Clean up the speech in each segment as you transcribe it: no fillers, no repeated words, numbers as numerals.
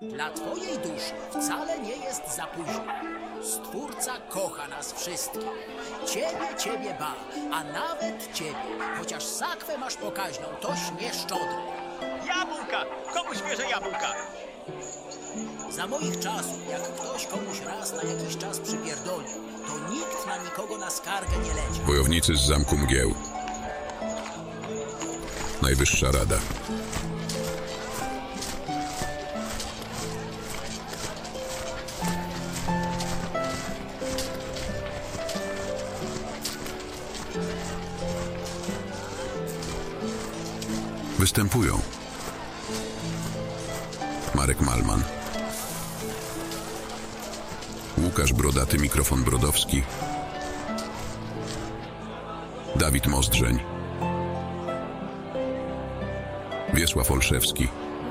Dla twojej duszy wcale nie jest za późno. Stwórca kocha nas wszystkich. Ciebie ba, a nawet ciebie. Chociaż sakwę masz pokaźną, toś nieszczodry. Jabłka! Komuś bierze jabłka? Za moich czasów, jak ktoś komuś raz na jakiś czas przypierdolił, to nikt na nikogo na skargę nie leciał. Wojownicy z Zamku Mgieł. Najwyższa Rada. Występują Marek Malman, Łukasz Brodaty Mikrofon Brodowski, Dawid Mozdrzeń, Wiesław Olszewski,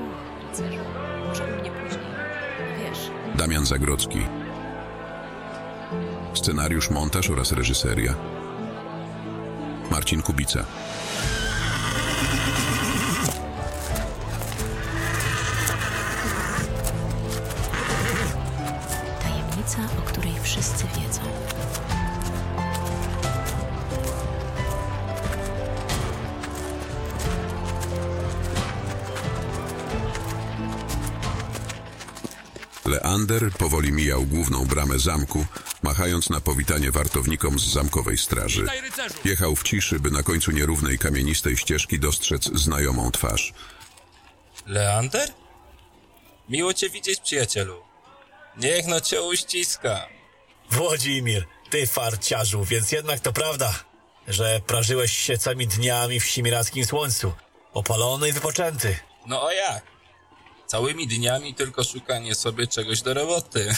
Damian Zagrodzki. Scenariusz, montaż oraz reżyseria Marcin Kubica. Tajemnica, o której wszyscy wiedzą. Leander powoli mijał główną bramę zamku, machając na powitanie wartownikom z zamkowej straży. Jechał w ciszy, by na końcu nierównej kamienistej ścieżki dostrzec znajomą twarz. Leander? Miło cię widzieć, przyjacielu. Niech no cię uściska. Włodzimir, ty farciarzu, więc jednak to prawda, że prażyłeś się całymi dniami w simirackim słońcu, opalony i wypoczęty. No a jak? Całymi dniami tylko szukanie sobie czegoś do roboty.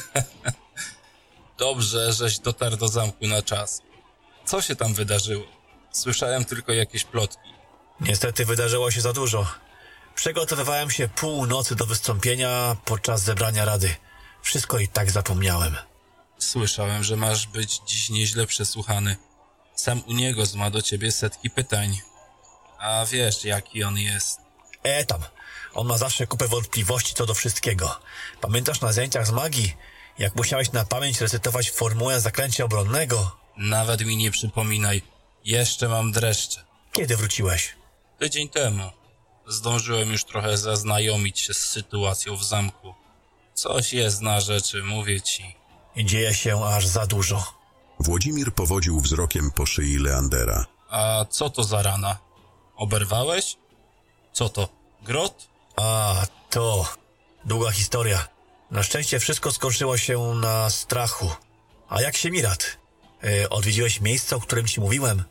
Dobrze, żeś dotarł do zamku na czas. Co się tam wydarzyło? Słyszałem tylko jakieś plotki. Niestety wydarzyło się za dużo. Przygotowywałem się pół nocy do wystąpienia podczas zebrania rady. Wszystko i tak zapomniałem. Słyszałem, że masz być dziś nieźle przesłuchany. Sam u niego ma do ciebie setki pytań. A wiesz, jaki on jest. Tam. On ma zawsze kupę wątpliwości co do wszystkiego. Pamiętasz na zajęciach z magii, jak musiałeś na pamięć recytować formułę zaklęcia obronnego? Nawet mi nie przypominaj. Jeszcze mam dreszcze. Kiedy wróciłeś? Tydzień temu. Zdążyłem już trochę zaznajomić się z sytuacją w zamku. Coś jest na rzeczy, mówię ci. Dzieje się aż za dużo. Włodzimir powodził wzrokiem po szyi Leandera. A co to za rana? Oberwałeś? Co to? Grot? To długa historia. Na szczęście wszystko skończyło się na strachu. A jak się Mirat? Odwiedziłeś miejsce, o którym ci mówiłem?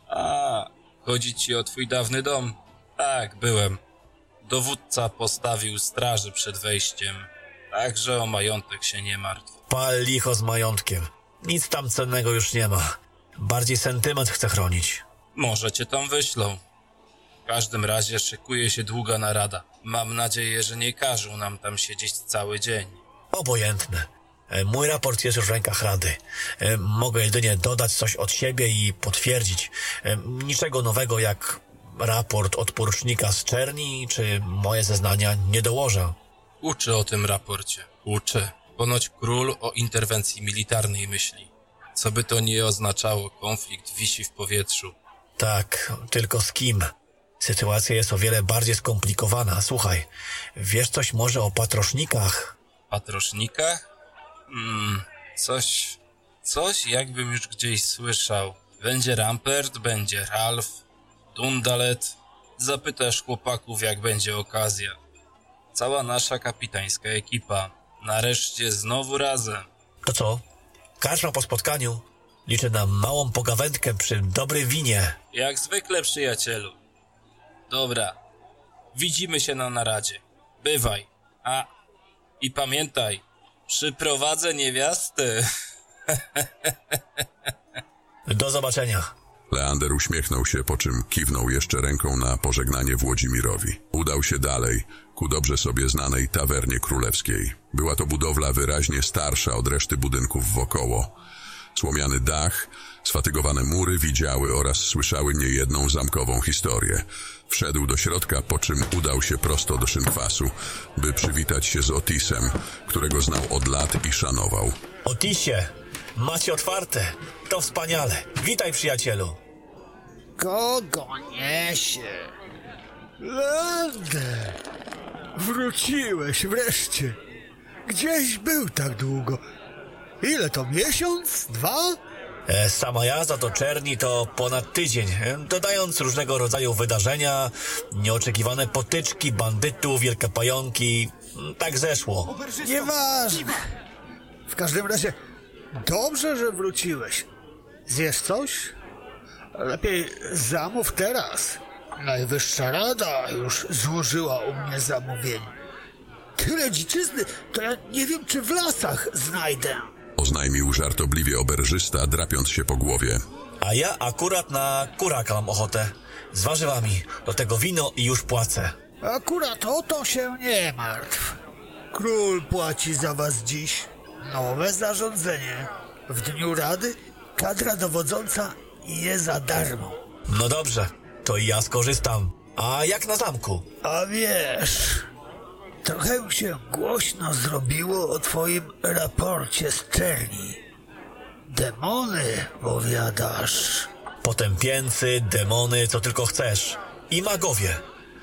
Chodzi ci o twój dawny dom? Tak, byłem. Dowódca postawił straży przed wejściem, także o majątek się nie martw. Pal licho z majątkiem. Nic tam cennego już nie ma. Bardziej sentyment chcę chronić. Może cię tam wyślą. W każdym razie szykuje się długa narada. Mam nadzieję, że nie każą nam tam siedzieć cały dzień. Obojętne. Mój raport jest już w rękach Rady. Mogę jedynie dodać coś od siebie i potwierdzić. Niczego nowego jak raport od porucznika z Czerni czy moje zeznania nie dołożę. Uczy o tym raporcie. Uczy. Ponoć król o interwencji militarnej myśli. Co by to nie oznaczało, konflikt wisi w powietrzu. Tak, tylko z kim? Sytuacja jest o wiele bardziej skomplikowana. Słuchaj, wiesz coś może o patrosznikach? Patrosznikach? Coś jakbym już gdzieś słyszał. Będzie Rampert, będzie Ralf, Dundalet. Zapytasz chłopaków, jak będzie okazja. Cała nasza kapitańska ekipa. Nareszcie znowu razem. To co? Karczma po spotkaniu. Liczę na małą pogawędkę przy dobrym winie. Jak zwykle, przyjacielu. Dobra. Widzimy się na naradzie. Bywaj. I pamiętaj, przyprowadzę niewiasty. Do zobaczenia. Leander uśmiechnął się, po czym kiwnął jeszcze ręką na pożegnanie Włodzimirowi. Udał się dalej, ku dobrze sobie znanej tawernie królewskiej. Była to budowla wyraźnie starsza od reszty budynków wokoło. Słomiany dach, Sfatygowane mury widziały oraz słyszały niejedną zamkową historię. Wszedł do środka, po czym udał się prosto do szynkwasu, by przywitać się z Otisem, którego znał od lat i szanował. Otisie, macie otwarte. To wspaniale. Witaj, przyjacielu. Kogo niesie? Lander! Wróciłeś wreszcie. Gdzieś był tak długo. Ile to, miesiąc? 2? Sama jazda do Czerni to ponad tydzień, dodając różnego rodzaju wydarzenia, nieoczekiwane potyczki, bandytów, wielkie pająki. Tak zeszło. Nieważne. W każdym razie dobrze, że wróciłeś. Zjesz coś? Lepiej zamów teraz. Najwyższa Rada już złożyła u mnie zamówienie. Tyle dziczyzny, to ja nie wiem, czy w lasach znajdę. Oznajmił żartobliwie oberżysta, drapiąc się po głowie. A ja akurat na kuraka mam ochotę. Z warzywami. Do tego wino i już płacę. Akurat o to się nie martw. Król płaci za was dziś. Nowe zarządzenie. W dniu Rady kadra dowodząca je za darmo. No dobrze, to i ja skorzystam. A jak na zamku? A wiesz, trochę się głośno zrobiło o twoim raporcie z Czerni. Demony, powiadasz. Potępieńcy, demony, co tylko chcesz. I magowie.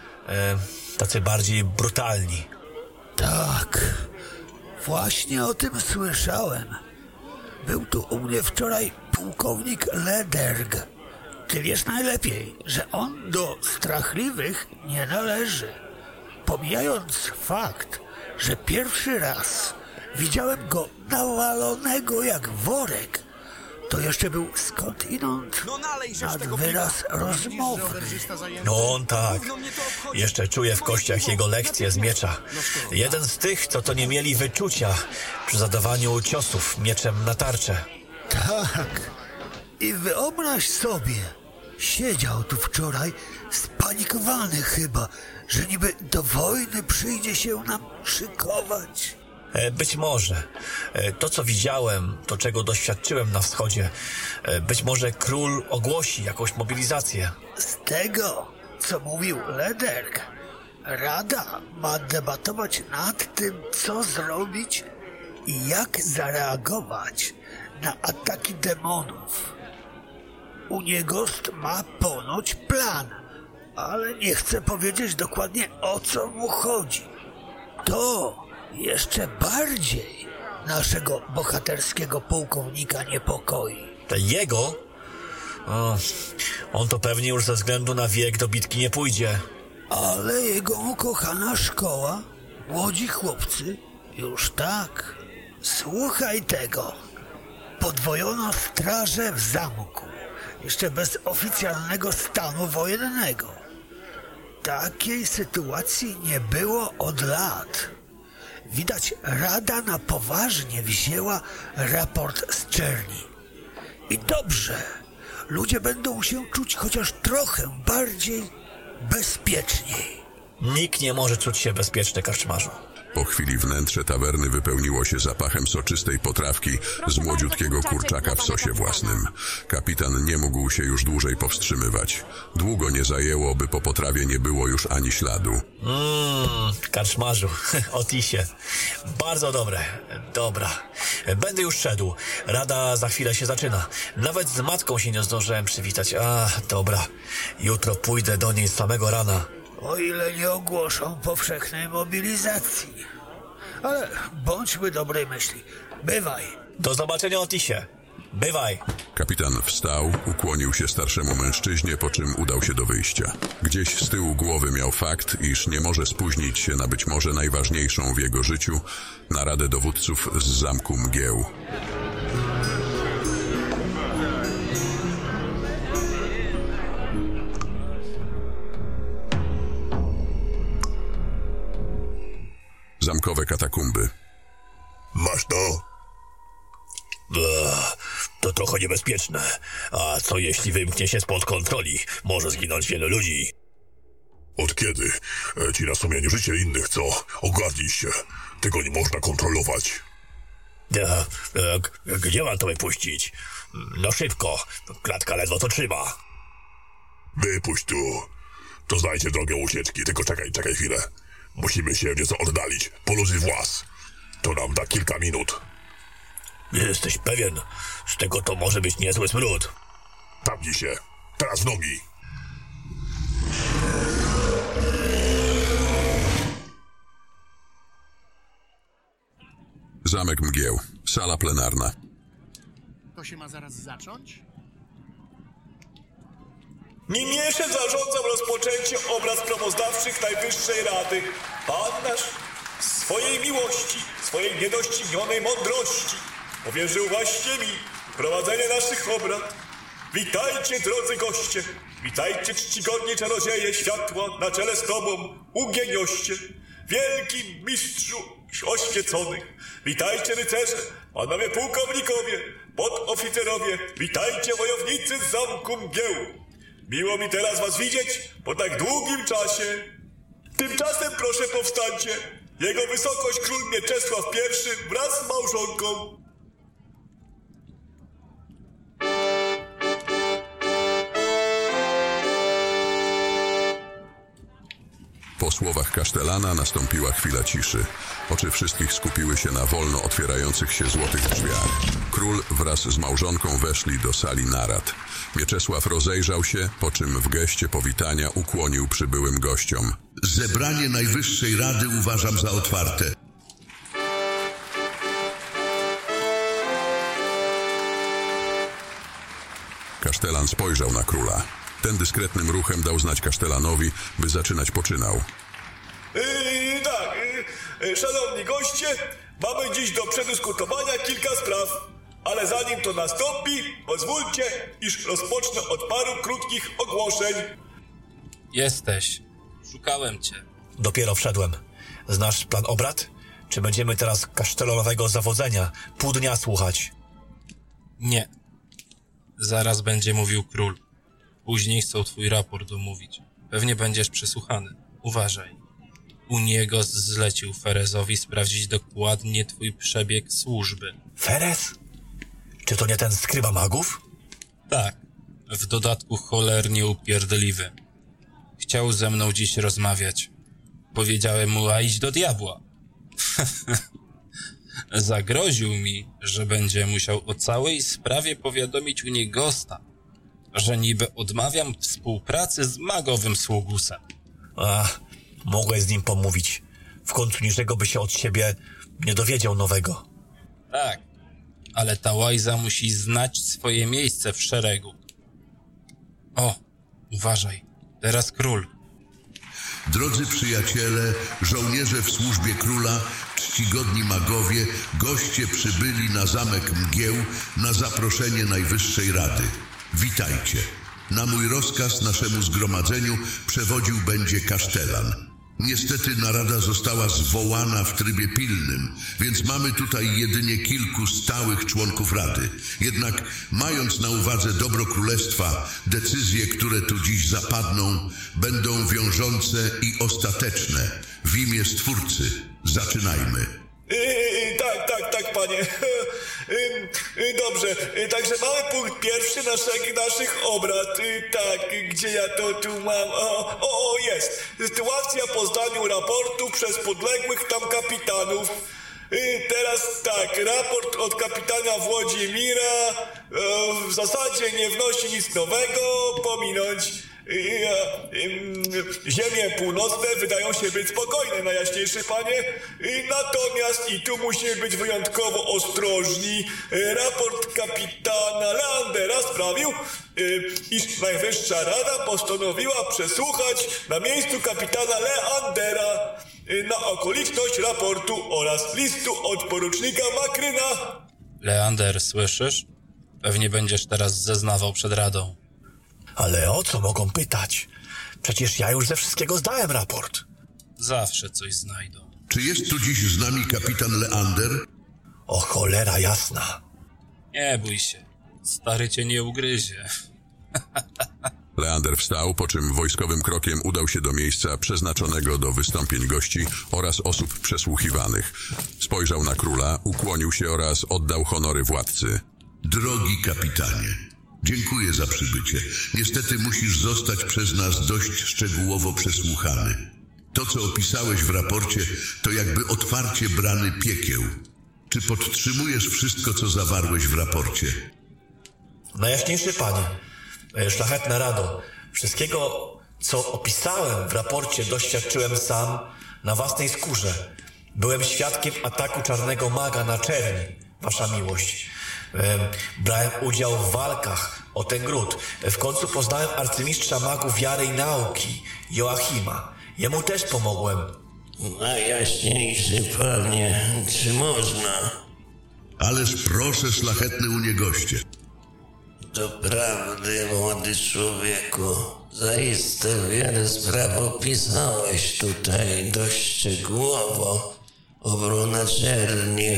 Tacy bardziej brutalni. Tak, właśnie o tym słyszałem. Był tu u mnie wczoraj pułkownik Lederg. Ty wiesz najlepiej, że on do strachliwych nie należy. Pomijając fakt, że pierwszy raz widziałem go nawalonego jak worek, to jeszcze był skądinąd nad wyraz rozmowny. No on tak. Jeszcze czuję w kościach jego lekcje z miecza. Jeden z tych, co to nie mieli wyczucia przy zadawaniu ciosów mieczem na tarczę. Tak. I wyobraź sobie, siedział tu wczoraj spanikowany chyba, że niby do wojny przyjdzie się nam szykować. Być może. To, co widziałem, to, czego doświadczyłem na wschodzie, być może król ogłosi jakąś mobilizację. Z tego, co mówił Lederg, Rada ma debatować nad tym, co zrobić i jak zareagować na ataki demonów. Uniegost ma ponoć plan, ale nie chce powiedzieć dokładnie, o co mu chodzi. To jeszcze bardziej naszego bohaterskiego pułkownika niepokoi. Jego? O, on to pewnie już ze względu na wiek do bitki nie pójdzie. Ale jego ukochana szkoła, młodzi chłopcy, już tak. Słuchaj tego. Podwojono straże w zamku, jeszcze bez oficjalnego stanu wojennego. Takiej sytuacji nie było od lat. Widać, Rada na poważnie wzięła raport z Czerni. I dobrze, ludzie będą się czuć chociaż trochę bardziej bezpieczniej. Nikt nie może czuć się bezpieczny, karczmarzu. Po chwili wnętrze tawerny wypełniło się zapachem soczystej potrawki z młodziutkiego kurczaka w sosie własnym. Kapitan nie mógł się już dłużej powstrzymywać. Długo nie zajęło, by po potrawie nie było już ani śladu. Karczmarzu, Otisie. Bardzo dobre. Dobra. Będę już szedł. Rada za chwilę się zaczyna. Nawet z matką się nie zdążyłem przywitać. Dobra. Jutro pójdę do niej z samego rana. O ile nie ogłoszą powszechnej mobilizacji. Ale bądźmy dobrej myśli. Bywaj. Do zobaczenia, Otisie. Bywaj. Kapitan wstał, ukłonił się starszemu mężczyźnie, po czym udał się do wyjścia. Gdzieś z tyłu głowy miał fakt, iż nie może spóźnić się na być może najważniejszą w jego życiu naradę dowódców z Zamku Mgieł. Zamkowe katakumby. Masz to? To trochę niebezpieczne. A co jeśli wymknie się spod kontroli? Może zginąć wielu ludzi. Od kiedy? Ci na sumieniu życie innych, co? Ogarnij się. Tego nie można kontrolować. Gdzie mam to wypuścić? No szybko, klatka ledwo to trzyma. Wypuść tu. To znajdźcie drogę ucieczki, tylko czekaj chwilę. Musimy się nieco oddalić. Poluzuj włas. To nam da kilka minut. Jesteś pewien? Z tego to może być niezły smród. Tapnij się. Teraz w nogi. Zamek Mgieł. Sala plenarna. To się ma zaraz zacząć? Niniejszym zarządzam rozpoczęcie obrad sprawozdawczych Najwyższej Rady. Pan nasz swojej miłości, swojej niedoścignionej mądrości powierzył właśnie mi prowadzenie naszych obrad. Witajcie, drodzy goście, witajcie, czcigodni czarodzieje światła na czele z tobą, ugienioście, wielki mistrzu oświeconych. Witajcie, rycerze, panowie pułkownikowie, podoficerowie, witajcie, wojownicy z zamku Mgieł. Miło mi teraz was widzieć po tak długim czasie. Tymczasem proszę powstańcie. Jego wysokość król Mieczysław I wraz z małżonką. Po słowach kasztelana nastąpiła chwila ciszy. Oczy wszystkich skupiły się na wolno otwierających się złotych drzwiach. Król wraz z małżonką weszli do sali narad. Mieczysław rozejrzał się, po czym w geście powitania ukłonił przybyłym gościom. Zebranie Najwyższej Rady uważam za otwarte. Kasztelan spojrzał na króla. Ten dyskretnym ruchem dał znać kasztelanowi, by zaczynać poczynał. Szanowni goście, mamy dziś do przedyskutowania kilka spraw. Ale zanim to nastąpi, pozwólcie, iż rozpocznę od paru krótkich ogłoszeń. Jesteś. Szukałem cię. Dopiero wszedłem. Znasz plan obrad? Czy będziemy teraz kasztelonowego zawodzenia pół dnia słuchać? Nie. Zaraz będzie mówił król. Później chcą twój raport omówić. Pewnie będziesz przesłuchany. Uważaj. U niego zlecił Ferezowi sprawdzić dokładnie twój przebieg służby. Ferez? Czy to nie ten skryba magów? Tak. W dodatku cholernie upierdliwy. Chciał ze mną dziś rozmawiać. Powiedziałem mu, a idź do diabła. Zagroził mi, że będzie musiał o całej sprawie powiadomić Unigosta, że niby odmawiam współpracy z magowym sługusem. Mogłeś z nim pomówić. W końcu niczego by się od siebie nie dowiedział nowego. Tak, ale ta łajza musi znać swoje miejsce w szeregu. O, uważaj, teraz król. Drodzy przyjaciele, żołnierze w służbie króla, czcigodni magowie, goście przybyli na zamek Mgieł na zaproszenie Najwyższej Rady. Witajcie. Na mój rozkaz naszemu zgromadzeniu przewodził będzie kasztelan. Niestety narada została zwołana w trybie pilnym, więc mamy tutaj jedynie kilku stałych członków Rady. Jednak mając na uwadze dobro królestwa, decyzje, które tu dziś zapadną, będą wiążące i ostateczne. W imię Stwórcy zaczynajmy. Tak, panie. Dobrze, także mamy punkt pierwszy naszych obrad. Gdzie ja to tu mam? Jest. Sytuacja po zdaniu raportu przez podległych tam kapitanów. Teraz tak, raport od kapitana Włodzimira w zasadzie nie wnosi nic nowego, pominąć. Ziemie północne wydają się być spokojne, najjaśniejszy panie. Natomiast i tu musimy być wyjątkowo ostrożni. Raport kapitana Leandera sprawił, iż Najwyższa Rada postanowiła przesłuchać na miejscu kapitana Leandera na okoliczność raportu oraz listu od porucznika Makryna. Leander, słyszysz? Pewnie będziesz teraz zeznawał przed Radą. Ale o co mogą pytać? Przecież ja już ze wszystkiego zdałem raport. Zawsze coś znajdą. Czy jest tu dziś z nami kapitan Leander? O cholera jasna. Nie bój się. Stary cię nie ugryzie. Leander wstał, po czym wojskowym krokiem udał się do miejsca przeznaczonego do wystąpień gości oraz osób przesłuchiwanych. Spojrzał na króla, ukłonił się oraz oddał honory władcy. Drogi kapitanie, dziękuję za przybycie. Niestety musisz zostać przez nas dość szczegółowo przesłuchany. To, co opisałeś w raporcie, to jakby otwarcie bramy piekieł. Czy podtrzymujesz wszystko, co zawarłeś w raporcie? Najjaśniejszy panie, szlachetna rado, wszystkiego, co opisałem w raporcie, doświadczyłem sam na własnej skórze. Byłem świadkiem ataku czarnego maga na Czerni, wasza miłość. Brałem udział w walkach o ten gród. W końcu poznałem arcymistrza magów wiary i nauki, Joachima. Jemu też pomogłem. Najjaśniejszy panie, czy można? Ależ proszę, szlachetny uniegoście. Doprawdy, młody człowieku, zaiste wiele spraw opisałeś tutaj dość szczegółowo. Obrona Czerni.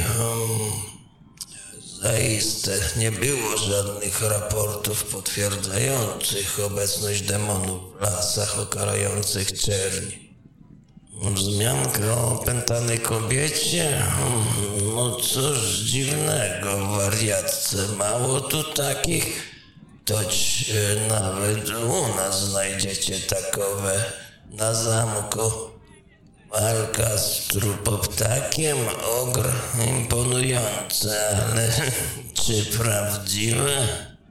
Zaiste nie było żadnych raportów potwierdzających obecność demonów w lasach okalających Czerni. Wzmianka o opętanej kobiecie? No cóż dziwnego, wariatce, mało tu takich, toć nawet u nas znajdziecie takowe na zamku. Walka z trupoptakiem, ogr, imponujące, ale czy prawdziwe?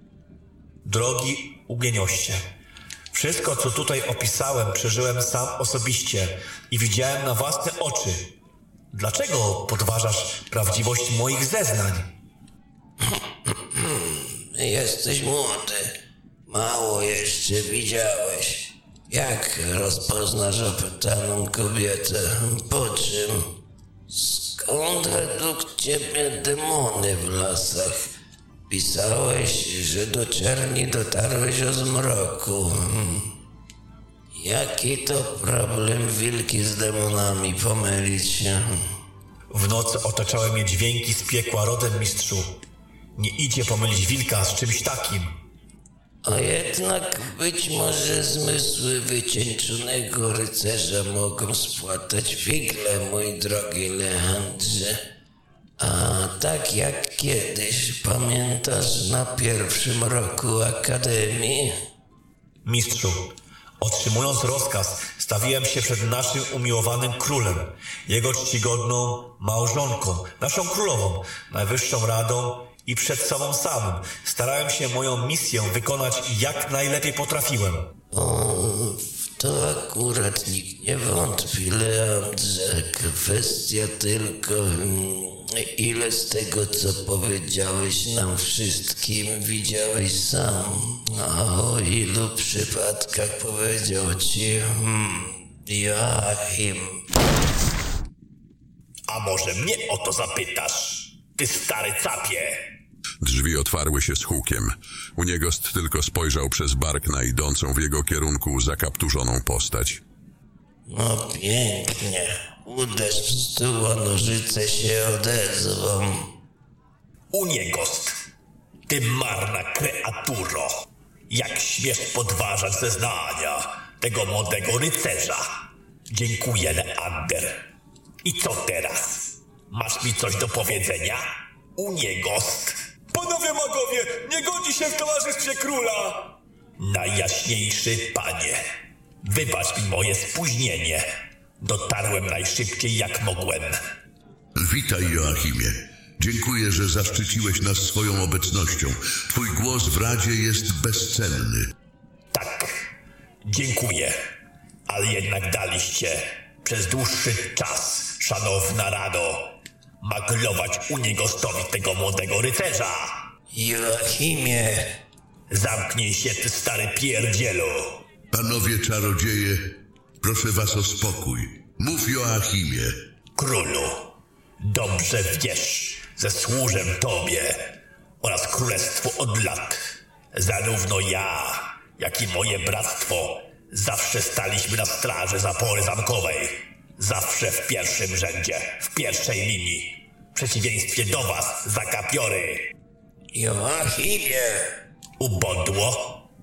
Drogi ugienioście, wszystko, co tutaj opisałem, przeżyłem sam osobiście i widziałem na własne oczy. Dlaczego podważasz prawdziwość moich zeznań? Jesteś młody, mało jeszcze widziałeś. Jak rozpoznasz opętaną kobietę? Po czym? Skąd według ciebie demony w lasach? Pisałeś, że do Czerni dotarłeś o zmroku. Jaki to problem wilki z demonami pomylić się? W nocy otaczały mnie dźwięki z piekła rodem, mistrzu. Nie idzie pomylić wilka z czymś takim. A jednak być może zmysły wycieńczonego rycerza mogą spłatać figle, mój drogi Leandrze. A tak jak kiedyś, pamiętasz na pierwszym roku Akademii? Mistrzu, otrzymując rozkaz, stawiłem się przed naszym umiłowanym królem, jego czcigodną małżonką, naszą królową, najwyższą radą i przed sobą samym. Starałem się moją misję wykonać jak najlepiej potrafiłem. W to akurat nikt nie wątpi, Leandrze. Kwestia tylko, ile z tego, co powiedziałeś nam wszystkim, widziałeś sam. A o ilu przypadkach powiedział ci Joachim. A może mnie o to zapytasz, ty stary capie? Drzwi otwarły się z hukiem. Uniegost tylko spojrzał przez bark na idącą w jego kierunku zakapturzoną postać. No pięknie. Uderz w stół, a nożyce się odezwą. Uniegost, ty marna kreaturo. Jak śmiesz podważać zeznania tego młodego rycerza? Dziękuję, Leander. I co teraz? Masz mi coś do powiedzenia? Uniegost. Panowie magowie, nie godzi się w towarzystwie króla. Najjaśniejszy panie, wybacz mi moje spóźnienie. Dotarłem najszybciej jak mogłem. Witaj, Joachimie. Dziękuję, że zaszczyciłeś nas swoją obecnością. Twój głos w Radzie jest bezcenny. Tak, dziękuję. Ale jednak daliście przez dłuższy czas, szanowna Rado, maglować Uniegostowi tego młodego rycerza. Joachimie. Zamknij się, ty stary pierdzielu. Panowie czarodzieje, proszę was o spokój. Mów, Joachimie. Królu, dobrze wiesz, że służę tobie oraz królestwu od lat. Zarówno ja, jak i moje bractwo zawsze staliśmy na straży zapory zamkowej. Zawsze w pierwszym rzędzie, w pierwszej linii. W przeciwieństwie do was, zakapiory. Joachimie. Ubodło?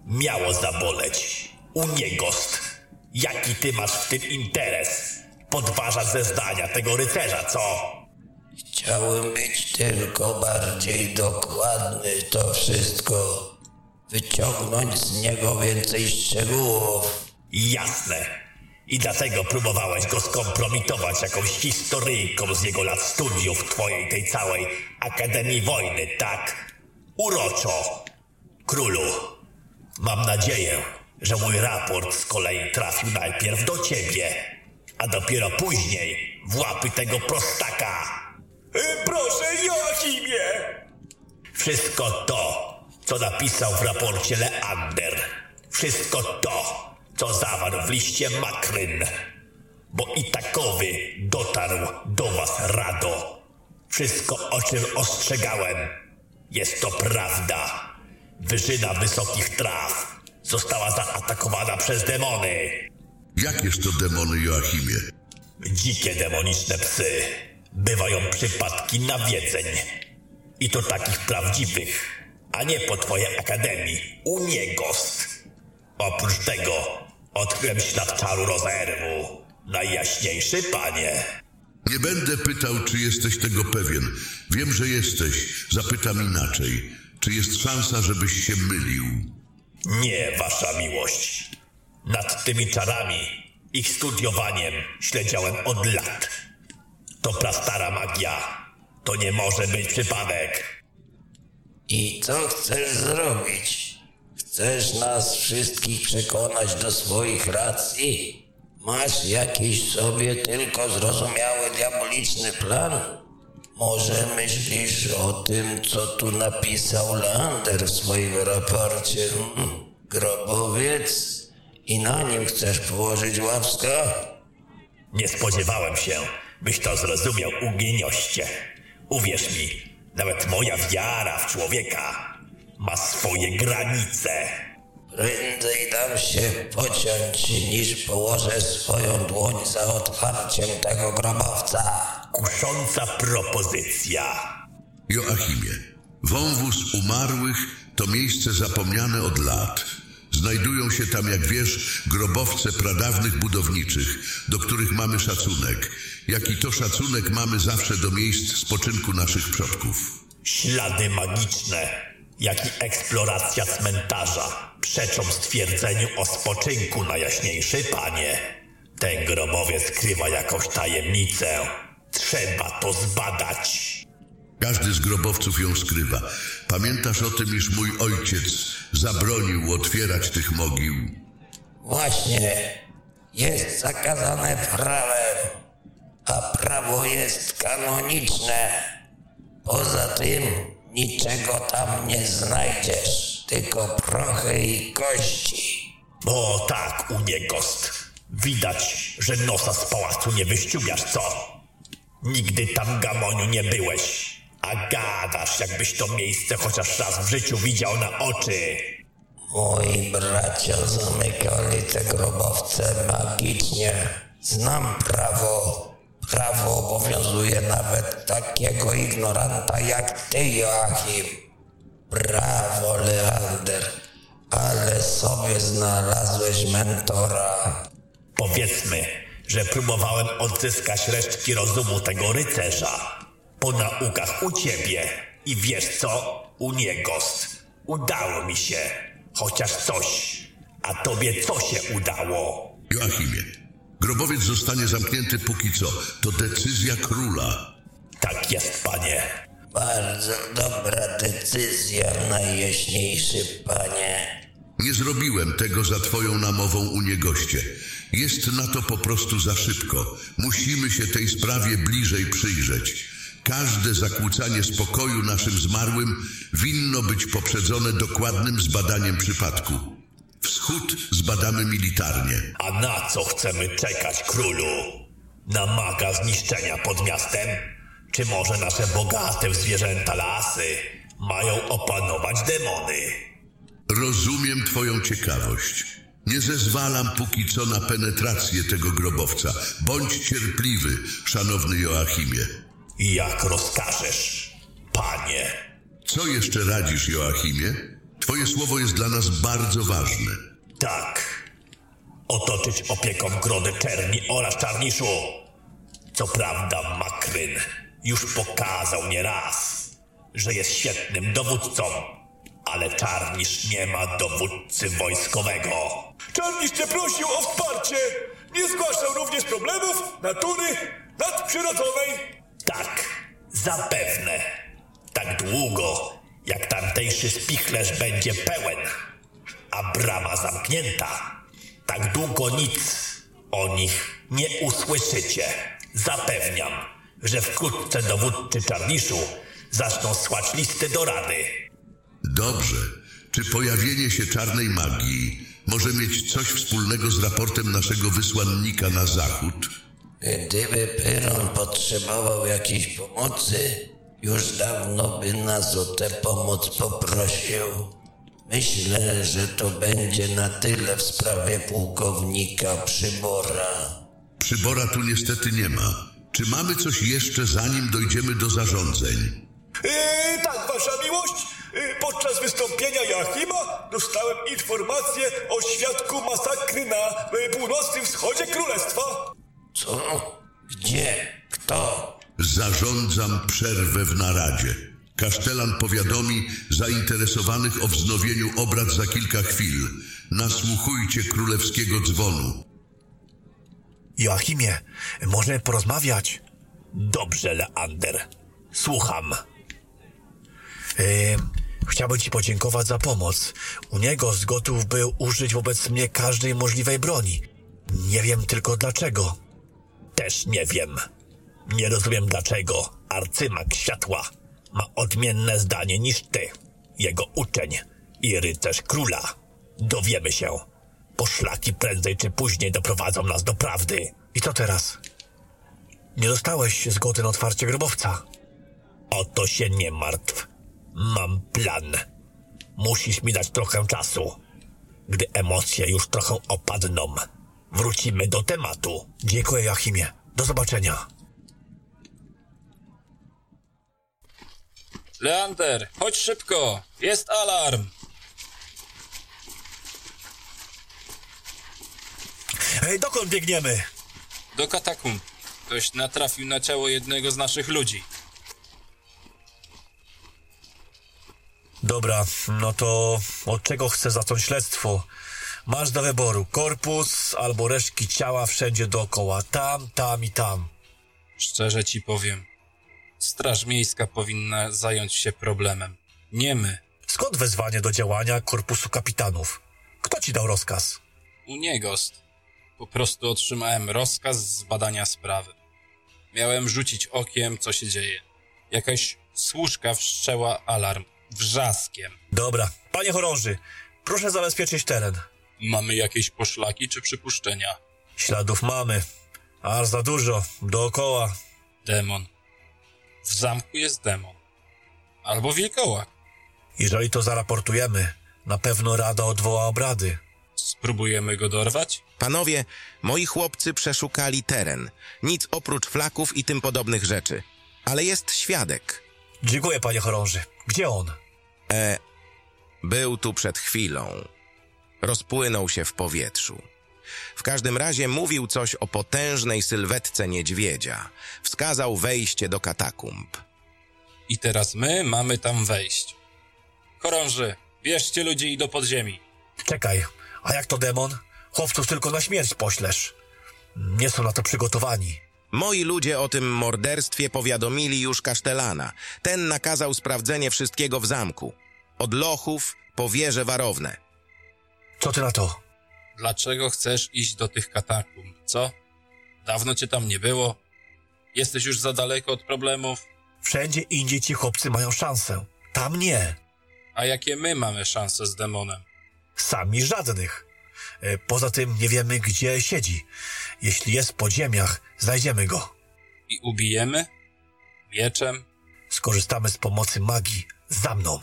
Miało zaboleć. Uniegost. Jaki ty masz w tym interes? Podważać zeznania tego rycerza, co? Chciałem być tylko bardziej dokładny, to wszystko. Wyciągnąć z niego więcej szczegółów. Jasne. I dlatego próbowałeś go skompromitować jakąś historyjką z jego lat studiów w twojej tej całej Akademii Wojny, tak? Uroczo. Królu, mam nadzieję, że mój raport z kolei trafił najpierw do ciebie, a dopiero później w łapy tego prostaka. Proszę, Joachimie! Wszystko to, co napisał w raporcie Leander. Wszystko to, co zawarł w liście Makryn. Bo i takowy dotarł do was, Rado. Wszystko, o czym ostrzegałem, jest to prawda. Wyżyna wysokich traw została zaatakowana przez demony. Jakież to demony, Joachimie? Dzikie demoniczne psy. Bywają przypadki nawiedzeń. I to takich prawdziwych, a nie po twojej akademii. Uniegost. Oprócz tego odkryłem ślad czaru rozerwu. Najjaśniejszy panie. Nie będę pytał, czy jesteś tego pewien. Wiem, że jesteś. Zapytam inaczej. Czy jest szansa, żebyś się mylił? Nie, wasza miłość. Nad tymi czarami, ich studiowaniem śledziałem od lat. To prastara magia. To nie może być przypadek. I co chcesz zrobić? Chcesz nas wszystkich przekonać do swoich racji? Masz jakiś sobie tylko zrozumiały diaboliczny plan? Może myślisz o tym, co tu napisał Leander w swoim raporcie? Grobowiec? I na nim chcesz położyć łapska? Nie spodziewałem się, byś to zrozumiał, ugienioście. Uwierz mi, nawet moja wiara w człowieka ma swoje granice. Prędzej dam się pociąć, niż położę swoją dłoń za otwarciem tego grobowca. Kusząca propozycja. Joachimie, wąwóz umarłych to miejsce zapomniane od lat. Znajdują się tam, jak wiesz, grobowce pradawnych budowniczych, do których mamy szacunek. Jak i to szacunek mamy zawsze do miejsc spoczynku naszych przodków. Ślady magiczne, jak i eksploracja cmentarza przeczą stwierdzeniu o spoczynku, najjaśniejszy panie. Ten grobowiec skrywa jakąś tajemnicę. Trzeba to zbadać. Każdy z grobowców ją skrywa. Pamiętasz o tym, iż mój ojciec zabronił otwierać tych mogił? Właśnie, jest zakazane prawem, a prawo jest kanoniczne. Poza tym niczego tam nie znajdziesz, tylko prochy i kości. O tak, uniegost. Widać, że nosa z pałacu nie wyściubiasz, co? Nigdy tam, Gamoniu, nie byłeś. A gadasz, jakbyś to miejsce chociaż raz w życiu widział na oczy. Moi bracia zamykali te grobowce magicznie. Znam prawo. Prawo obowiązuje nawet takiego ignoranta jak ty, Joachim. Brawo, Leander, ale sobie znalazłeś mentora. Powiedzmy, że próbowałem odzyskać resztki rozumu tego rycerza. Po naukach u ciebie. I wiesz co? Uniegost. Udało mi się. Chociaż coś. A tobie co się udało? Joachimie, grobowiec zostanie zamknięty póki co. To decyzja króla. Tak jest, panie. Bardzo dobra decyzja, najjaśniejszy panie. Nie zrobiłem tego za twoją namową, uniegoście. Jest na to po prostu za szybko. Musimy się tej sprawie bliżej przyjrzeć. Każde zakłócanie spokoju naszym zmarłym winno być poprzedzone dokładnym zbadaniem przypadku. Wschód zbadamy militarnie. A na co chcemy czekać, królu? Na maga zniszczenia pod miastem? Czy może nasze bogate w zwierzęta lasy mają opanować demony? Rozumiem twoją ciekawość. Nie zezwalam póki co na penetrację tego grobowca. Bądź cierpliwy, szanowny Joachimie. Jak rozkażesz, panie. Co jeszcze radzisz, Joachimie? Twoje słowo jest dla nas bardzo ważne. Tak. Otoczyć opieką grody czerni oraz czarniszu. Co prawda Makryn już pokazał nieraz, że jest świetnym dowódcą, ale czarnisz nie ma dowódcy wojskowego. Czarnisz cię prosił o wsparcie. Nie zgłaszał również problemów natury nadprzyrodzonej. Tak, zapewne. Tak długo, jak tamtejszy spichlerz będzie pełen, a brama zamknięta, tak długo nic o nich nie usłyszycie. Zapewniam, że wkrótce dowódcy czarniszu zaczną słać listy do rady. Dobrze. Czy pojawienie się czarnej magii może mieć coś wspólnego z raportem naszego wysłannika na zachód? Gdyby Pyron potrzebował jakiejś pomocy, już dawno by nas o tę pomoc poprosił. Myślę, że to będzie na tyle w sprawie pułkownika Przybora. Przybora tu niestety nie ma. Czy mamy coś jeszcze, zanim dojdziemy do zarządzeń? Tak, wasza miłość. Podczas wystąpienia Joachima dostałem informację o świadku masakry na północnym wschodzie królestwa. Co? Gdzie? Kto? Zarządzam przerwę w naradzie. Kasztelan powiadomi zainteresowanych o wznowieniu obrad za kilka chwil. Nasłuchujcie królewskiego dzwonu. Joachimie, możemy porozmawiać? Dobrze, Leander. Słucham. Chciałbym ci podziękować za pomoc. U niego gotów był użyć wobec mnie każdej możliwej broni. Nie wiem tylko dlaczego. Też nie wiem. Nie rozumiem dlaczego arcymag światła ma odmienne zdanie niż ty, jego uczeń i rycerz króla. Dowiemy się. Poszlaki prędzej czy później doprowadzą nas do prawdy. I co teraz? Nie dostałeś zgody na otwarcie grobowca. O to się nie martw. Mam plan. Musisz mi dać trochę czasu. Gdy emocje już trochę opadną, wrócimy do tematu. Dziękuję, Joachimie. Do zobaczenia. Leander, chodź szybko! Jest alarm! Dokąd biegniemy? Do katakumb. Ktoś natrafił na ciało jednego z naszych ludzi. Dobra, no to od czego chcę zacząć śledztwo? Masz do wyboru korpus albo resztki ciała wszędzie dookoła. Tam i tam. Szczerze ci powiem, Straż Miejska powinna zająć się problemem. Nie my. Skąd wezwanie do działania korpusu kapitanów? Kto ci dał rozkaz? U niegost. Po prostu otrzymałem rozkaz z badania sprawy. Miałem rzucić okiem, co się dzieje. Jakaś służka wszczęła alarm. Wrzaskiem. Dobra. Panie chorąży, proszę zabezpieczyć teren. Mamy jakieś poszlaki czy przypuszczenia? Śladów mamy. Aż za dużo. Dookoła. Demon. W zamku jest demon. Albo wilkołak. Jeżeli to zaraportujemy, na pewno Rada odwoła obrady. Spróbujemy go dorwać? Panowie, moi chłopcy przeszukali teren. Nic oprócz flaków i tym podobnych rzeczy. Ale jest świadek. Dziękuję, panie chorąży. Gdzie on? Był tu przed chwilą. Rozpłynął się w powietrzu. W każdym razie mówił coś o potężnej sylwetce niedźwiedzia. Wskazał wejście do katakumb. I teraz my mamy tam wejść. Chorąży, bierzcie ludzi i do podziemi. Czekaj, a jak to demon? Chłopców tylko na śmierć poślesz. Nie są na to przygotowani. Moi ludzie o tym morderstwie powiadomili już kasztelana. Ten nakazał sprawdzenie wszystkiego w zamku. Od lochów po wieże warowne. Co ty na to? Dlaczego chcesz iść do tych katakumb, co? Dawno cię tam nie było? Jesteś już za daleko od problemów? Wszędzie indziej ci chłopcy mają szansę. Tam nie. A jakie my mamy szanse z demonem? Sami żadnych. Poza tym nie wiemy, gdzie siedzi. Jeśli jest w podziemiach, znajdziemy go. I ubijemy? Mieczem? Skorzystamy z pomocy magii. Za mną.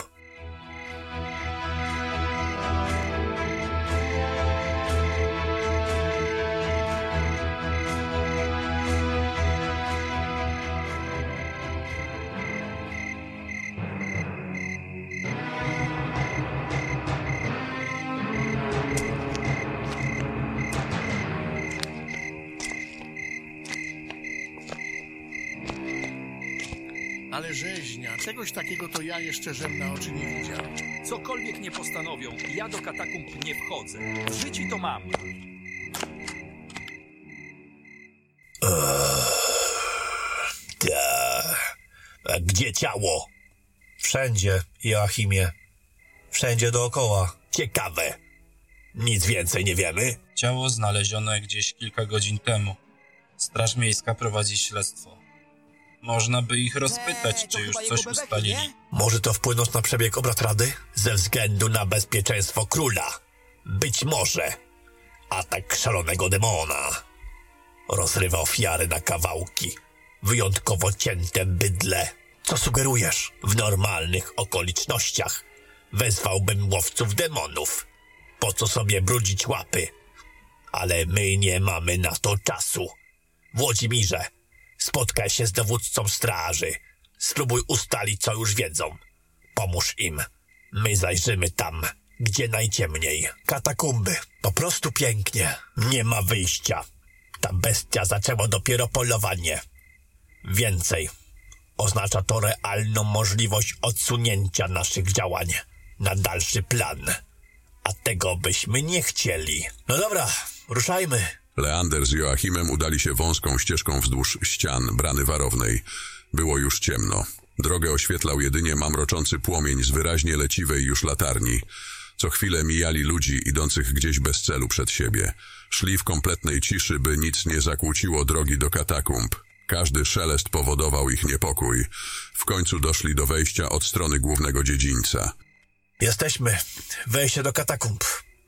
Ale rzeźnia, czegoś takiego to ja jeszcze żem na oczy nie widział. Cokolwiek nie postanowią, ja do katakumb nie wchodzę. W życiu to mam. A gdzie ciało? Wszędzie, Joachimie. Wszędzie dookoła. Ciekawe. Nic więcej nie wiemy? Ciało znalezione gdzieś kilka godzin temu. Straż Miejska prowadzi śledztwo. Można by ich rozpytać, czy już coś ustalili. Może to wpłynąć na przebieg obrad Rady? Ze względu na bezpieczeństwo króla. Być może. Atak szalonego demona. Rozrywa ofiary na kawałki. Wyjątkowo cięte bydle. Co sugerujesz? W normalnych okolicznościach wezwałbym łowców demonów. Po co sobie brudzić łapy? Ale my nie mamy na to czasu. Włodzimirze, spotkaj się z dowódcą straży. Spróbuj ustalić, co już wiedzą. Pomóż im. My zajrzymy tam, gdzie najciemniej. Katakumby. Po prostu pięknie. Nie ma wyjścia. Ta bestia zaczęła dopiero polowanie. Więcej. Oznacza to realną możliwość odsunięcia naszych działań na dalszy plan. A tego byśmy nie chcieli. No dobra, ruszajmy. Leander z Joachimem udali się wąską ścieżką wzdłuż ścian bramy warownej. Było już ciemno. Drogę oświetlał jedynie mamroczący płomień z wyraźnie leciwej już latarni. Co chwilę mijali ludzi idących gdzieś bez celu przed siebie. Szli w kompletnej ciszy, by nic nie zakłóciło drogi do katakumb. Każdy szelest powodował ich niepokój. W końcu doszli do wejścia od strony głównego dziedzińca. Jesteśmy. Wejście do katakumb.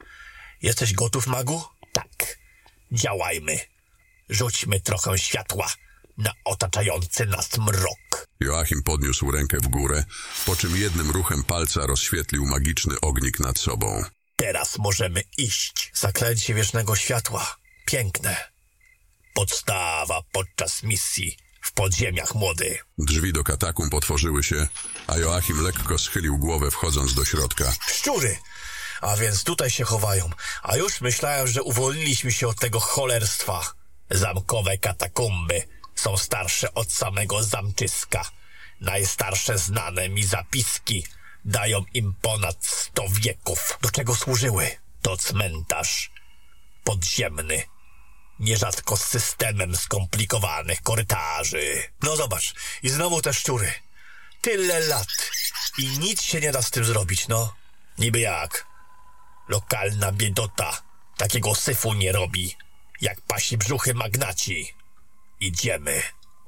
Jesteś gotów, magu? Tak. Działajmy. Rzućmy trochę światła na otaczający nas mrok. Joachim podniósł rękę w górę, po czym jednym ruchem palca rozświetlił magiczny ognik nad sobą. Teraz możemy iść. Zaklęcie wiecznego światła. Piękne. Podstawa podczas misji w podziemiach, młody. Drzwi do katakumb otworzyły się, a Joachim lekko schylił głowę, wchodząc do środka. Szczury! A więc tutaj się chowają. A już myślałem, że uwolniliśmy się od tego cholerstwa. Zamkowe katakumby są starsze od samego zamczyska. Najstarsze znane mi zapiski dają im ponad 100 wieków. Do czego służyły? To cmentarz podziemny. Nierzadko z systemem skomplikowanych korytarzy. No zobacz, i znowu te szczury. Tyle lat i nic się nie da z tym zrobić, no. Niby jak? Lokalna biedota takiego syfu nie robi, jak pasi brzuchy magnaci. Idziemy.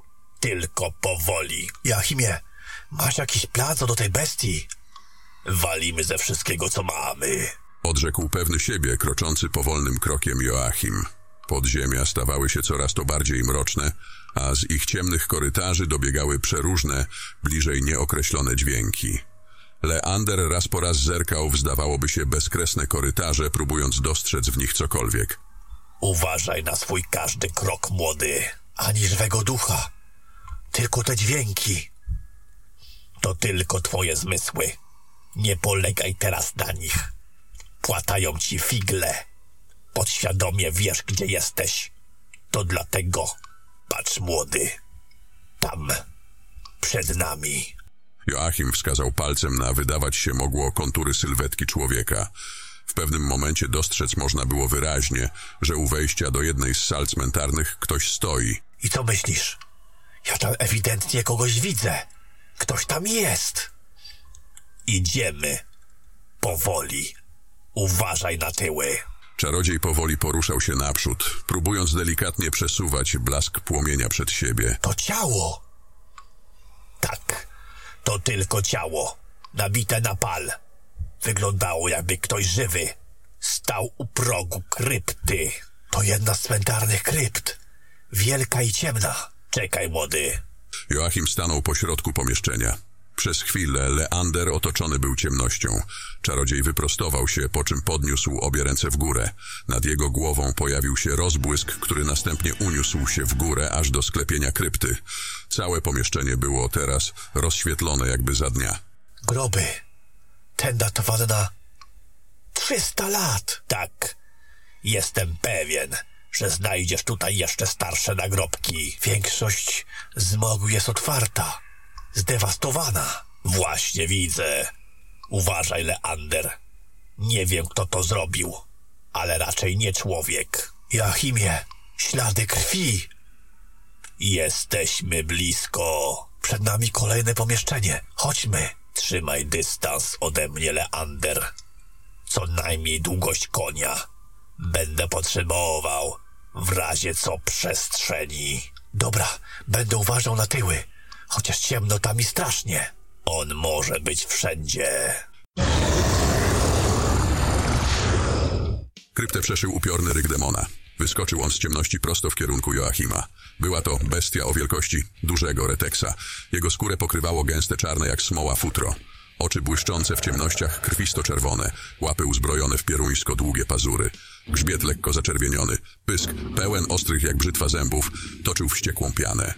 Tylko powoli. Joachimie, masz jakiś plan co do tej bestii? Walimy ze wszystkiego, co mamy. Odrzekł pewny siebie, kroczący powolnym krokiem Joachim. Podziemia stawały się coraz to bardziej mroczne, a z ich ciemnych korytarzy dobiegały przeróżne, bliżej nieokreślone dźwięki. Leander raz po raz zerkał w zdawałoby się bezkresne korytarze, próbując dostrzec w nich cokolwiek. Uważaj na swój każdy krok, młody. Ani żywego ducha. Tylko te dźwięki. To tylko twoje zmysły. Nie polegaj teraz na nich. Płatają ci figle. Podświadomie wiesz, gdzie jesteś. To dlatego, patrz, młody. Tam, przed nami. Joachim wskazał palcem na wydawać się mogło kontury sylwetki człowieka. W pewnym momencie dostrzec można było wyraźnie, że u wejścia do jednej z sal cmentarnych ktoś stoi. I co myślisz? Ja tam ewidentnie kogoś widzę. Ktoś tam jest. Idziemy. Powoli. Uważaj na tyły. Czarodziej powoli poruszał się naprzód, próbując delikatnie przesuwać blask płomienia przed siebie. To ciało. Tak, to tylko ciało, nabite na pal. Wyglądało, jakby ktoś żywy stał u progu krypty. To jedna z cmentarnych krypt. Wielka i ciemna. Czekaj, młody. Joachim stanął pośrodku pomieszczenia. Przez chwilę Leander otoczony był ciemnością. Czarodziej wyprostował się, po czym podniósł obie ręce w górę. Nad jego głową pojawił się rozbłysk, który następnie uniósł się w górę aż do sklepienia krypty. Całe pomieszczenie było teraz rozświetlone jakby za dnia. Groby. Ten datowany na 300 lat. Tak. Jestem pewien, że znajdziesz tutaj jeszcze starsze nagrobki. Większość z mogił jest otwarta. zdewastowana. Właśnie widzę. Uważaj, Leander. Nie wiem, kto to zrobił, ale raczej nie człowiek. Joachimie, ślady krwi. Jesteśmy blisko. Przed nami kolejne pomieszczenie. Chodźmy. Trzymaj dystans ode mnie, Leander. Co najmniej długość konia. Będę potrzebował w razie co przestrzeni. Dobra, będę uważał na tyły. Chociaż ciemno tam i strasznie. On może być wszędzie. Kryptę przeszył upiorny ryk demona. Wyskoczył on z ciemności prosto w kierunku Joachima. Była to bestia o wielkości dużego reteksa. Jego skórę pokrywało gęste czarne jak smoła futro. Oczy błyszczące w ciemnościach, krwisto-czerwone. Łapy uzbrojone w pieruńsko długie pazury. Grzbiet lekko zaczerwieniony. Pysk, pełen ostrych jak brzytwa zębów, toczył wściekłą pianę.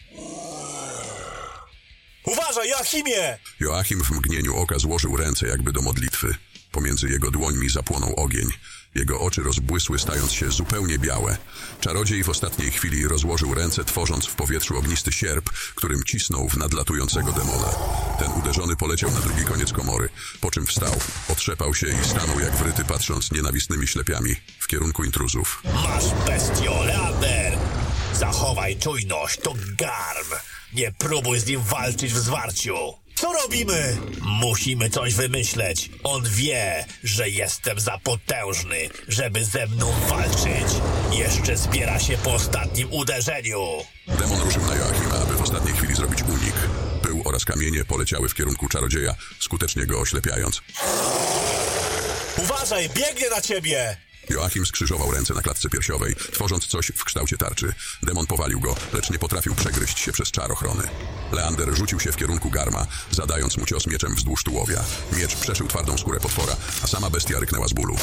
Uważaj, Joachimie! Joachim w mgnieniu oka złożył ręce jakby do modlitwy. Pomiędzy jego dłońmi zapłonął ogień. Jego oczy rozbłysły, stając się zupełnie białe. Czarodziej w ostatniej chwili rozłożył ręce, tworząc w powietrzu ognisty sierp, którym cisnął w nadlatującego demona. Ten uderzony poleciał na drugi koniec komory, po czym wstał, otrzepał się i stanął jak wryty, patrząc nienawistnymi ślepiami w kierunku intruzów. Masz, bestio, Leander! Zachowaj czujność, to Garm! Nie próbuj z nim walczyć w zwarciu! Co robimy? Musimy coś wymyśleć. On wie, że jestem za potężny, żeby ze mną walczyć. Jeszcze zbiera się po ostatnim uderzeniu. Demon ruszył na Joachima, aby w ostatniej chwili zrobić unik. Pył oraz kamienie poleciały w kierunku czarodzieja, skutecznie go oślepiając. Uważaj, biegnie na ciebie! Joachim skrzyżował ręce na klatce piersiowej, tworząc coś w kształcie tarczy. Demon powalił go, lecz nie potrafił przegryźć się przez czar ochrony. Leander rzucił się w kierunku Garma, zadając mu cios mieczem wzdłuż tułowia. Miecz przeszył twardą skórę potwora, a sama bestia ryknęła z bólu.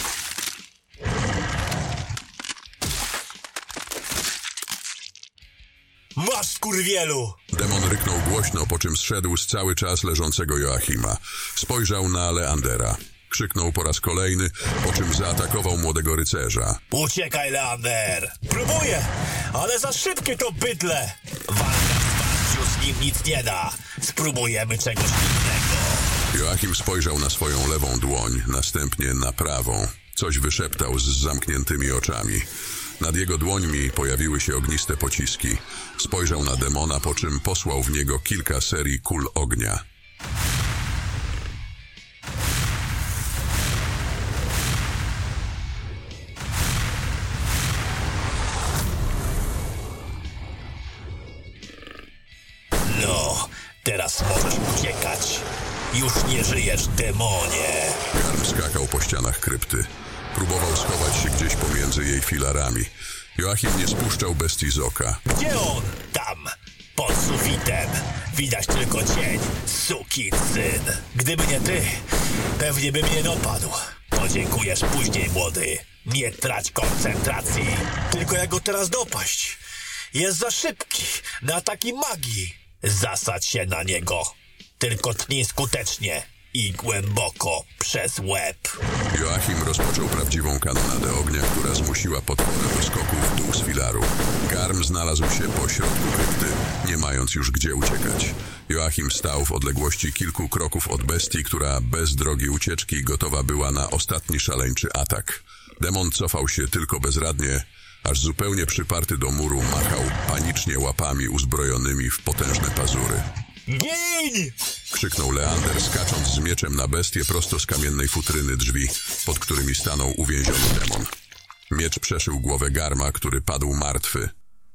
Masz, skurwielu! Demon ryknął głośno, po czym zszedł z cały czas leżącego Joachima. Spojrzał na Leandera. Krzyknął po raz kolejny, po czym zaatakował młodego rycerza. Uciekaj, Leander! Próbuję, ale za szybkie to bydle! Walka w zwarciu z nim nic nie da. Spróbujemy czegoś innego. Joachim spojrzał na swoją lewą dłoń, następnie na prawą. Coś wyszeptał z zamkniętymi oczami. Nad jego dłońmi pojawiły się ogniste pociski. Spojrzał na demona, po czym posłał w niego kilka serii kul ognia. No, teraz możesz uciekać. Już nie żyjesz, demonie. Garm skakał po ścianach krypty. Próbował schować się gdzieś pomiędzy jej filarami. Joachim nie spuszczał bestii z oka. Gdzie on? Tam, pod sufitem. Widać tylko cień, sukinsyn. Gdyby nie ty, pewnie by mnie dopadł. Podziękujesz później, młody. Nie trać koncentracji. Tylko jak go teraz dopaść? Jest za szybki na ataki magii. Zasadź się na niego. Tylko tnij skutecznie i głęboko przez łeb. Joachim rozpoczął prawdziwą kanonadę ognia, która zmusiła potwora do skoku w dół z filaru. Garm znalazł się po środku krypty, nie mając już gdzie uciekać. Joachim stał w odległości kilku kroków od bestii, która bez drogi ucieczki gotowa była na ostatni szaleńczy atak. Demon cofał się tylko bezradnie, aż zupełnie przyparty do muru machał panicznie łapami uzbrojonymi w potężne pazury. Gin! Krzyknął Leander, skacząc z mieczem na bestię prosto z kamiennej futryny drzwi, pod którymi stanął uwięziony demon. Miecz przeszył głowę Garma, który padł martwy.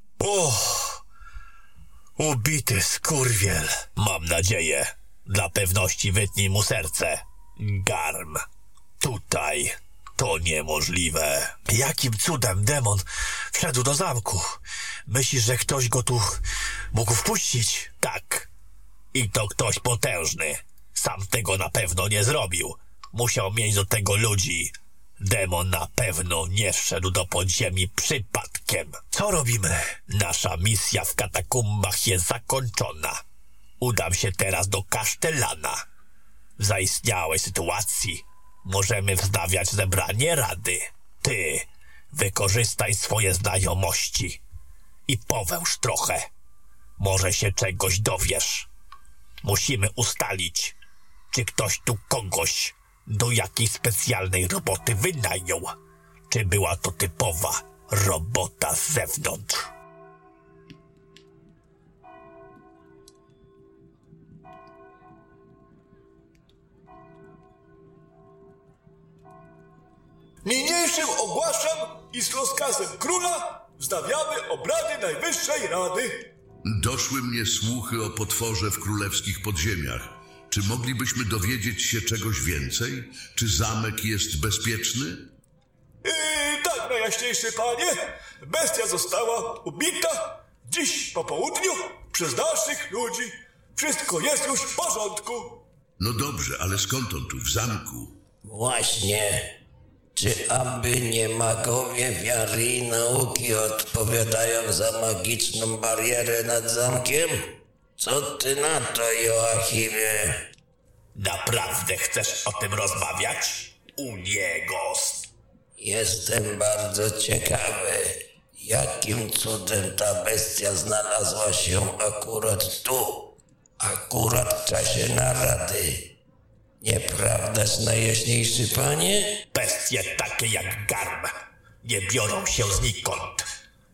Ubity skurwiel. Mam nadzieję. Dla pewności wytnij mu serce. Garm. Tutaj. To niemożliwe. Jakim cudem demon wszedł do zamku? Myślisz, że ktoś go tu mógł wpuścić? Tak. I to ktoś potężny. Sam tego na pewno nie zrobił. Musiał mieć do tego ludzi. Demon na pewno nie wszedł do podziemi przypadkiem. Co robimy? Nasza misja w katakumbach jest zakończona. Udam się teraz do kasztelana. W zaistniałej sytuacji możemy wznawiać zebranie rady. Ty wykorzystaj swoje znajomości i powęż trochę. Może się czegoś dowiesz. Musimy ustalić, czy ktoś tu kogoś do jakiejś specjalnej roboty wynajął, czy była to typowa robota z zewnątrz. Niniejszym ogłaszam, iż rozkazem króla wznawiamy obrady Najwyższej Rady. Doszły mnie słuchy o potworze w królewskich podziemiach. Czy moglibyśmy dowiedzieć się czegoś więcej? Czy zamek jest bezpieczny? Tak, najjaśniejszy panie. Bestia została ubita dziś po południu przez naszych ludzi. Wszystko jest już w porządku. No dobrze, ale skąd on tu, w zamku? Właśnie. Czy aby nie magowie wiary i nauki odpowiadają za magiczną barierę nad zamkiem? Co ty na to, Joachimie? Naprawdę chcesz o tym rozmawiać? U niego. Jestem bardzo ciekawy, jakim cudem ta bestia znalazła się akurat tu, akurat w czasie narady. Nieprawdaż, najjaśniejszy panie? Bestie takie jak Garm nie biorą się znikąd.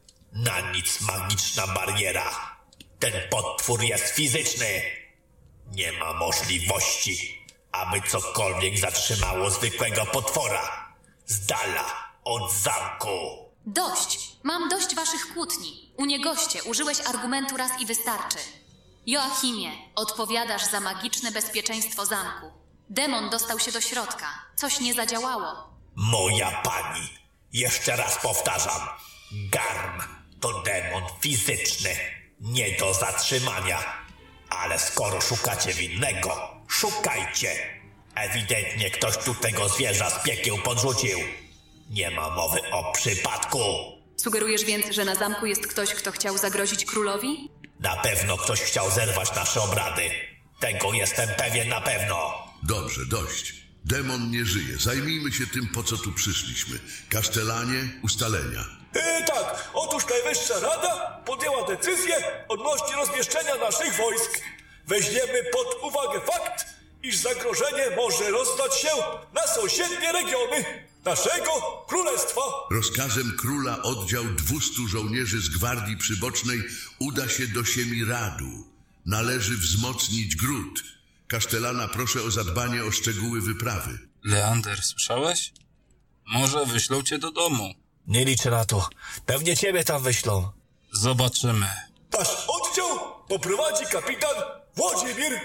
Na nic magiczna bariera. Ten potwór jest fizyczny. Nie ma możliwości, aby cokolwiek zatrzymało zwykłego potwora. Z dala od zamku. Dość! Mam dość waszych kłótni. U niegoście użyłeś argumentu raz i wystarczy. Joachimie, odpowiadasz za magiczne bezpieczeństwo zamku. Demon dostał się do środka. Coś nie zadziałało. Moja pani, jeszcze raz powtarzam. Garm to demon fizyczny, nie do zatrzymania. Ale skoro szukacie winnego, szukajcie. Ewidentnie ktoś tu tego zwierza z piekieł podrzucił. Nie ma mowy o przypadku. Sugerujesz więc, że na zamku jest ktoś, kto chciał zagrozić królowi? Na pewno ktoś chciał zerwać nasze obrady. Tego jestem pewien na pewno. Dobrze, dość. Demon nie żyje. Zajmijmy się tym, po co tu przyszliśmy. Kasztelanie, ustalenia. Tak, otóż Najwyższa Rada podjęła decyzję odnośnie rozmieszczenia naszych wojsk. Weźmiemy pod uwagę fakt, iż zagrożenie może rozdać się na sąsiednie regiony naszego królestwa. Rozkazem króla oddział 200 żołnierzy z gwardii przybocznej uda się do Siemiradu. Należy wzmocnić gród. Kasztelana proszę o zadbanie o szczegóły wyprawy. Leander, słyszałeś? Może wyślą cię do domu. Nie liczę na to. Pewnie ciebie tam wyślą. Zobaczymy. Nasz oddział poprowadzi kapitan Włodzimir.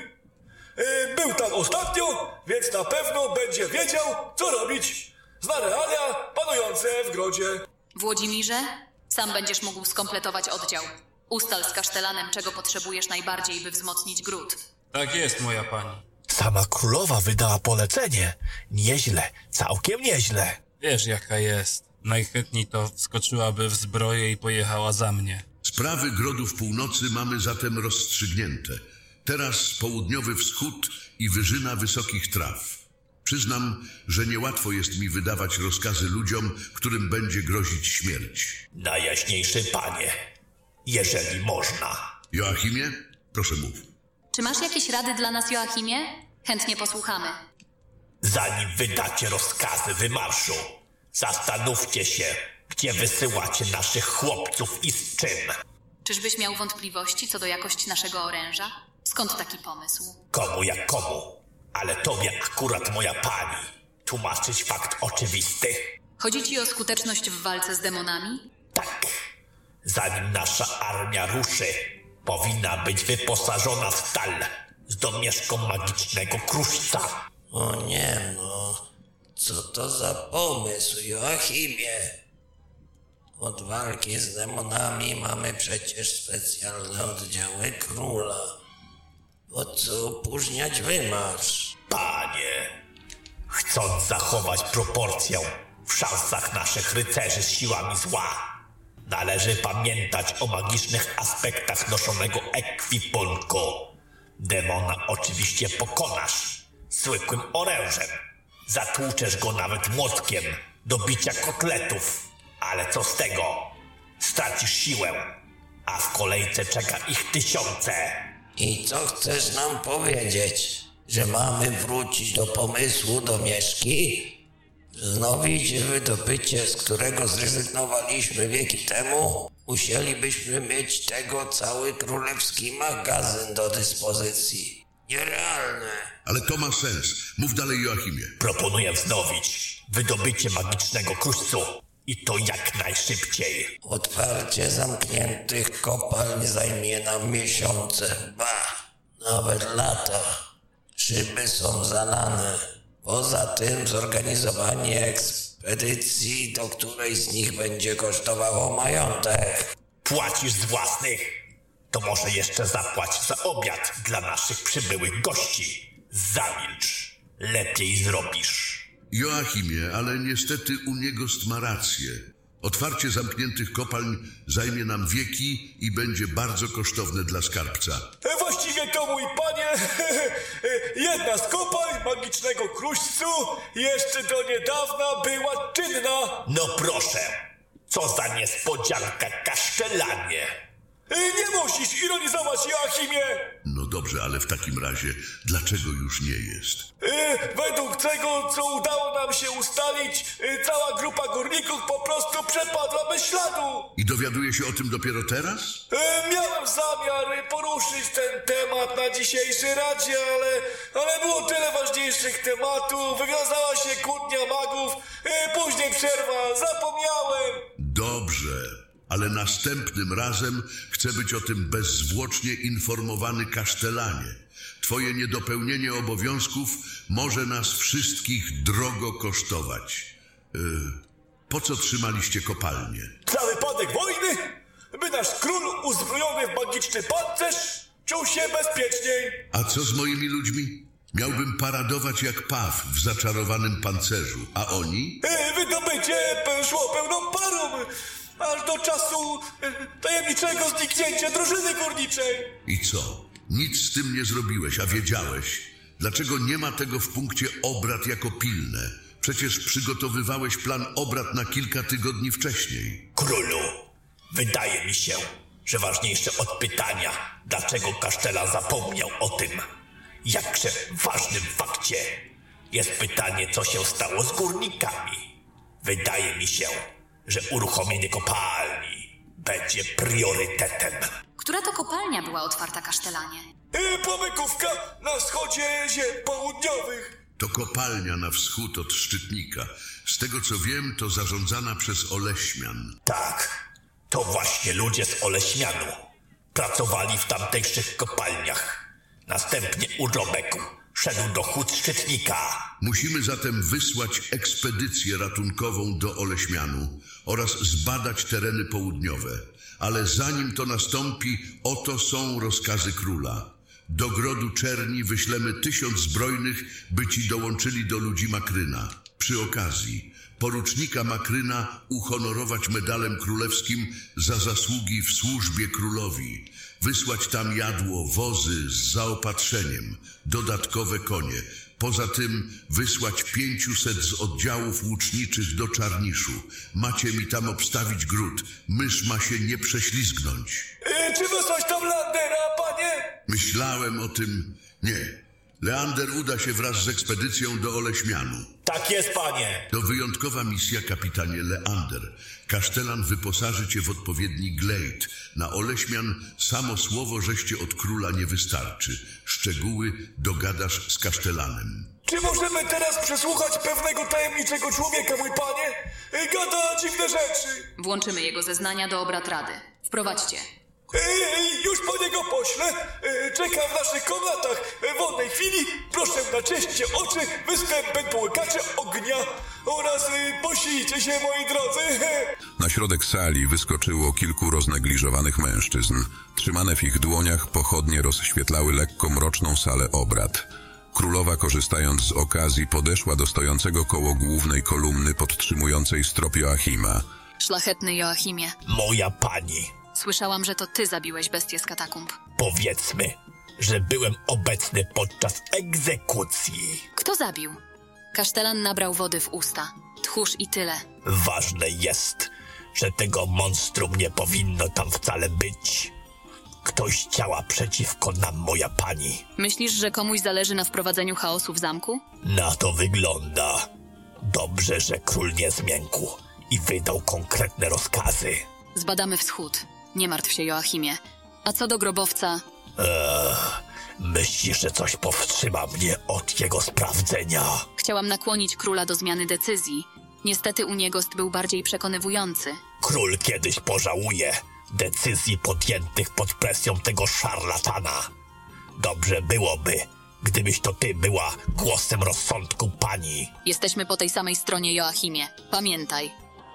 Był tam ostatnio, więc na pewno będzie wiedział, co robić. Zna realia panujące w grodzie. Włodzimirze, sam będziesz mógł skompletować oddział. Ustal z kasztelanem, czego potrzebujesz najbardziej, by wzmocnić gród. Tak jest, moja pani. Sama królowa wydała polecenie. Nieźle, całkiem nieźle. Wiesz, jaka jest. Najchętniej to wskoczyłaby w zbroję i pojechała za mnie. Sprawy grodów północy mamy zatem rozstrzygnięte. Teraz południowy wschód i wyżyna wysokich traw. Przyznam, że niełatwo jest mi wydawać rozkazy ludziom, którym będzie grozić śmierć. Najjaśniejszy panie, jeżeli można. Joachimie, proszę mów. Czy masz jakieś rady dla nas, Joachimie? Chętnie posłuchamy. Zanim wydacie rozkazy wymarszu, zastanówcie się, gdzie wysyłacie naszych chłopców i z czym. Czyżbyś miał wątpliwości co do jakości naszego oręża? Skąd taki pomysł? Komu jak komu, ale tobie akurat, moja pani, tłumaczyć fakt oczywisty. Chodzi ci o skuteczność w walce z demonami? Tak. Zanim nasza armia ruszy, powinna być wyposażona w stal z domieszką magicznego kruszca. O nie no, co to za pomysł, Joachimie? Od walki z demonami mamy przecież specjalne oddziały króla. Po co opóźniać wymarsz? Panie, chcąc zachować proporcję w szansach naszych rycerzy z siłami zła, należy pamiętać o magicznych aspektach noszonego ekwipunku. Demona oczywiście pokonasz zwykłym orężem. Zatłuczesz go nawet młotkiem do bicia kotletów. Ale co z tego? Stracisz siłę, a w kolejce czeka ich tysiące. I co chcesz nam powiedzieć? Że mamy wrócić do pomysłu Domieszki? Wznowić wydobycie, z którego zrezygnowaliśmy wieki temu? Musielibyśmy mieć tego cały królewski magazyn do dyspozycji. Nierealne. Ale to ma sens. Mów dalej, Joachimie. Proponuję wznowić wydobycie magicznego kruszcu. I to jak najszybciej. Otwarcie zamkniętych kopalń zajmie nam miesiące, nawet lata. Szyby są zalane. Poza tym zorganizowanie ekspedycji, do której z nich będzie kosztowało majątek. Płacisz z własnych? To może jeszcze zapłać za obiad dla naszych przybyłych gości. Zamilcz. Lepiej zrobisz. Joachimie, ale niestety Uniegost ma rację. Otwarcie zamkniętych kopalń zajmie nam wieki i będzie bardzo kosztowne dla skarbca. Właściwie to, mój panie, jedna z kopalń magicznego kruszcu jeszcze do niedawna była czynna. No proszę, co za niespodzianka, kasztelanie. Nie musisz ironizować, Joachimie. No dobrze, ale w takim razie, dlaczego już nie jest? Według tego, co udało nam się ustalić, cała grupa górników po prostu przepadła bez śladu. I dowiaduje się o tym dopiero teraz? Miałem zamiar poruszyć ten temat na dzisiejszej radzie, ale było tyle ważniejszych tematów. Wywiązała się kłótnia magów, później przerwa, zapomniałem. Dobrze. Ale następnym razem chcę być o tym bezzwłocznie informowany, kasztelanie. Twoje niedopełnienie obowiązków może nas wszystkich drogo kosztować. Po co trzymaliście kopalnię? Za wypadek wojny? By nasz król uzbrojony w magiczny pancerz czuł się bezpieczniej. A co z moimi ludźmi? Miałbym paradować jak paw w zaczarowanym pancerzu. A oni? Wydobycie szło pełną parą. Aż do czasu tajemniczego zniknięcia drużyny górniczej. I co? Nic z tym nie zrobiłeś, a wiedziałeś. Dlaczego nie ma tego w punkcie obrad jako pilne? Przecież przygotowywałeś plan obrad na kilka tygodni wcześniej. Królu, wydaje mi się, że ważniejsze od pytania, dlaczego kasztelan zapomniał o tym jakże ważnym fakcie, jest pytanie, co się stało z górnikami. Wydaje mi się, że uruchomienie kopalni będzie priorytetem. Która to kopalnia była otwarta, kasztelanie? Płomykówka na wschodzie ziem południowych. To kopalnia na wschód od Szczytnika. Z tego co wiem, to zarządzana przez Oleśmian. Tak, to właśnie ludzie z Oleśmianu pracowali w tamtejszych kopalniach. Następnie Urobek szedł do hut Szczytnika. Musimy zatem wysłać ekspedycję ratunkową do Oleśmianu oraz zbadać tereny południowe. Ale zanim to nastąpi, oto są rozkazy króla. Do Grodu Czerni wyślemy 1000 zbrojnych, by ci dołączyli do ludzi Makryna. Przy okazji, porucznika Makryna uhonorować medalem królewskim za zasługi w służbie królowi. Wysłać tam jadło, wozy z zaopatrzeniem, dodatkowe konie. Poza tym wysłać 500 z oddziałów łuczniczych do Czarniszu. Macie mi tam obstawić gród. Mysz ma się nie prześlizgnąć. Czy wysłać tam Leandera, panie? Myślałem o tym. Nie. Leander uda się wraz z ekspedycją do Oleśmianu. Tak jest, panie. To wyjątkowa misja, kapitanie Leander. Kasztelan wyposaży cię w odpowiedni glejt. Na Oleśmian samo słowo żeście od króla nie wystarczy. Szczegóły dogadasz z kasztelanem. Czy możemy teraz przesłuchać pewnego tajemniczego człowieka, mój panie? Gada dziwne rzeczy. Włączymy jego zeznania do obrad rady. Wprowadźcie. Już po niego poślę. Czeka w naszych komnatach. W wolnej chwili proszę naczyście oczy występem tłokacze ognia oraz posijcie się, moi drodzy. Na środek sali wyskoczyło kilku roznegliżowanych mężczyzn. Trzymane w ich dłoniach pochodnie rozświetlały lekko mroczną salę obrad. Królowa, korzystając z okazji, podeszła do stojącego koło głównej kolumny podtrzymującej strop Joachima. Szlachetny Joachimie. Moja pani. Słyszałam, że to ty zabiłeś bestię z katakumb. Powiedzmy, że byłem obecny podczas egzekucji. Kto zabił? Kasztelan nabrał wody w usta. Tchórz i tyle. Ważne jest, że tego monstrum nie powinno tam wcale być. Ktoś działa przeciwko nam, moja pani. Myślisz, że komuś zależy na wprowadzeniu chaosu w zamku? Na to wygląda. Dobrze, że król nie zmiękł i wydał konkretne rozkazy. Zbadamy wschód. Nie martw się, Joachimie. A co do grobowca... Myślisz, że coś powstrzyma mnie od jego sprawdzenia? Chciałam nakłonić króla do zmiany decyzji. Niestety Uniegost był bardziej przekonywujący. Król kiedyś pożałuje decyzji podjętych pod presją tego szarlatana. Dobrze byłoby, gdybyś to ty była głosem rozsądku, pani. Jesteśmy po tej samej stronie, Joachimie. Pamiętaj.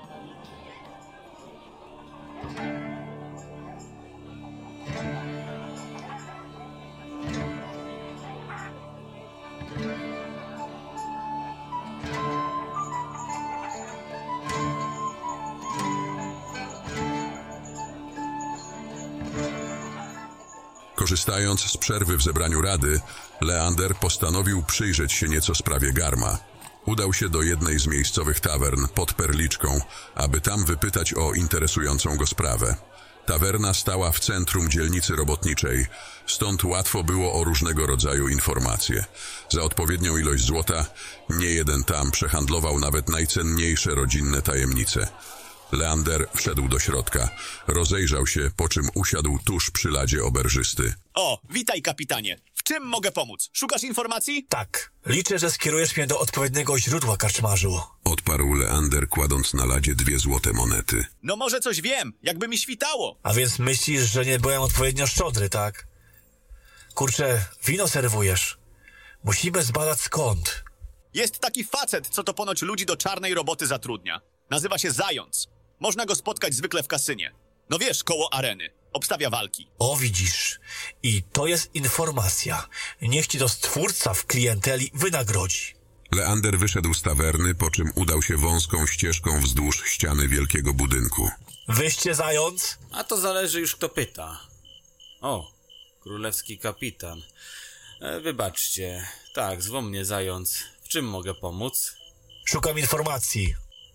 Korzystając z przerwy w zebraniu rady, Leander postanowił przyjrzeć się nieco sprawie Garma. Udał się do jednej z miejscowych tawern pod Perliczką, aby tam wypytać o interesującą go sprawę. Tawerna stała w centrum dzielnicy robotniczej, stąd łatwo było o różnego rodzaju informacje. Za odpowiednią ilość złota niejeden tam przehandlował nawet najcenniejsze rodzinne tajemnice. Leander wszedł do środka, rozejrzał się, po czym usiadł tuż przy ladzie oberżysty. O, witaj, kapitanie. W czym mogę pomóc? Szukasz informacji? Tak. Liczę, że skierujesz mnie do odpowiedniego źródła, karczmarzu. Odparł Leander, kładąc na ladzie 2 złote monety. No może coś wiem, jakby mi świtało. A więc myślisz, że nie byłem odpowiednio szczodry, tak? Kurczę, wino serwujesz. Musimy zbadać skąd. Jest taki facet, co to ponoć ludzi do czarnej roboty zatrudnia. Nazywa się Zając. Można go spotkać zwykle w kasynie. No wiesz, koło areny. Obstawia walki. O, widzisz. I to jest informacja. Niech ci to stwórca w klienteli wynagrodzi. Leander wyszedł z tawerny, po czym udał się wąską ścieżką wzdłuż ściany wielkiego budynku. Wyście, Zając? A to zależy już kto pyta. O, królewski kapitan. Wybaczcie. Tak, zwą mnie Zając. W czym mogę pomóc? Szukam informacji.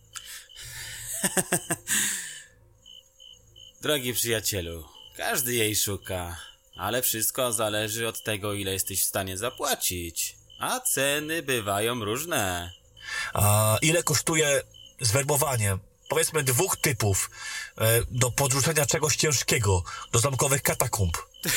Drogi przyjacielu, każdy jej szuka, ale wszystko zależy od tego, ile jesteś w stanie zapłacić. A ceny bywają różne. A ile kosztuje zwerbowanie? Powiedzmy 2 typów. Do podrzucenia czegoś ciężkiego, do zamkowych katakumb.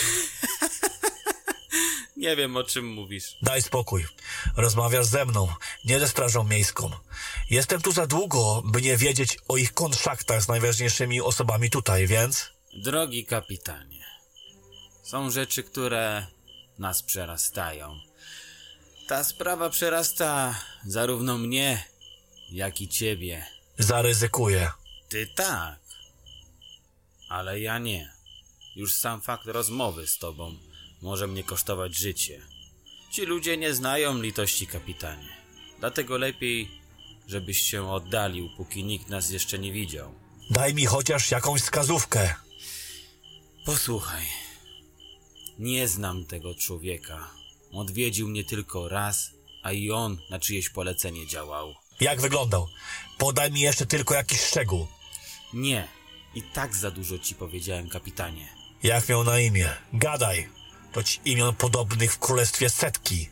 Nie wiem, o czym mówisz. Daj spokój. Rozmawiasz ze mną, nie ze strażą miejską. Jestem tu za długo, by nie wiedzieć o ich kontraktach z najważniejszymi osobami tutaj, więc... Drogi kapitanie, są rzeczy, które nas przerastają. Ta sprawa przerasta zarówno mnie, jak i ciebie. Zaryzykuję. Ty tak, ale ja nie. Już sam fakt rozmowy z tobą może mnie kosztować życie. Ci ludzie nie znają litości, kapitanie. Dlatego lepiej, żebyś się oddalił, póki nikt nas jeszcze nie widział. Daj mi chociaż jakąś wskazówkę. Posłuchaj. Nie znam tego człowieka. Odwiedził mnie tylko raz, a i on na czyjeś polecenie działał. Jak wyglądał? Podaj mi jeszcze tylko jakiś szczegół. Nie. I tak za dużo ci powiedziałem, kapitanie. Jak miał na imię? Gadaj. To ci imion podobnych w królestwie setki.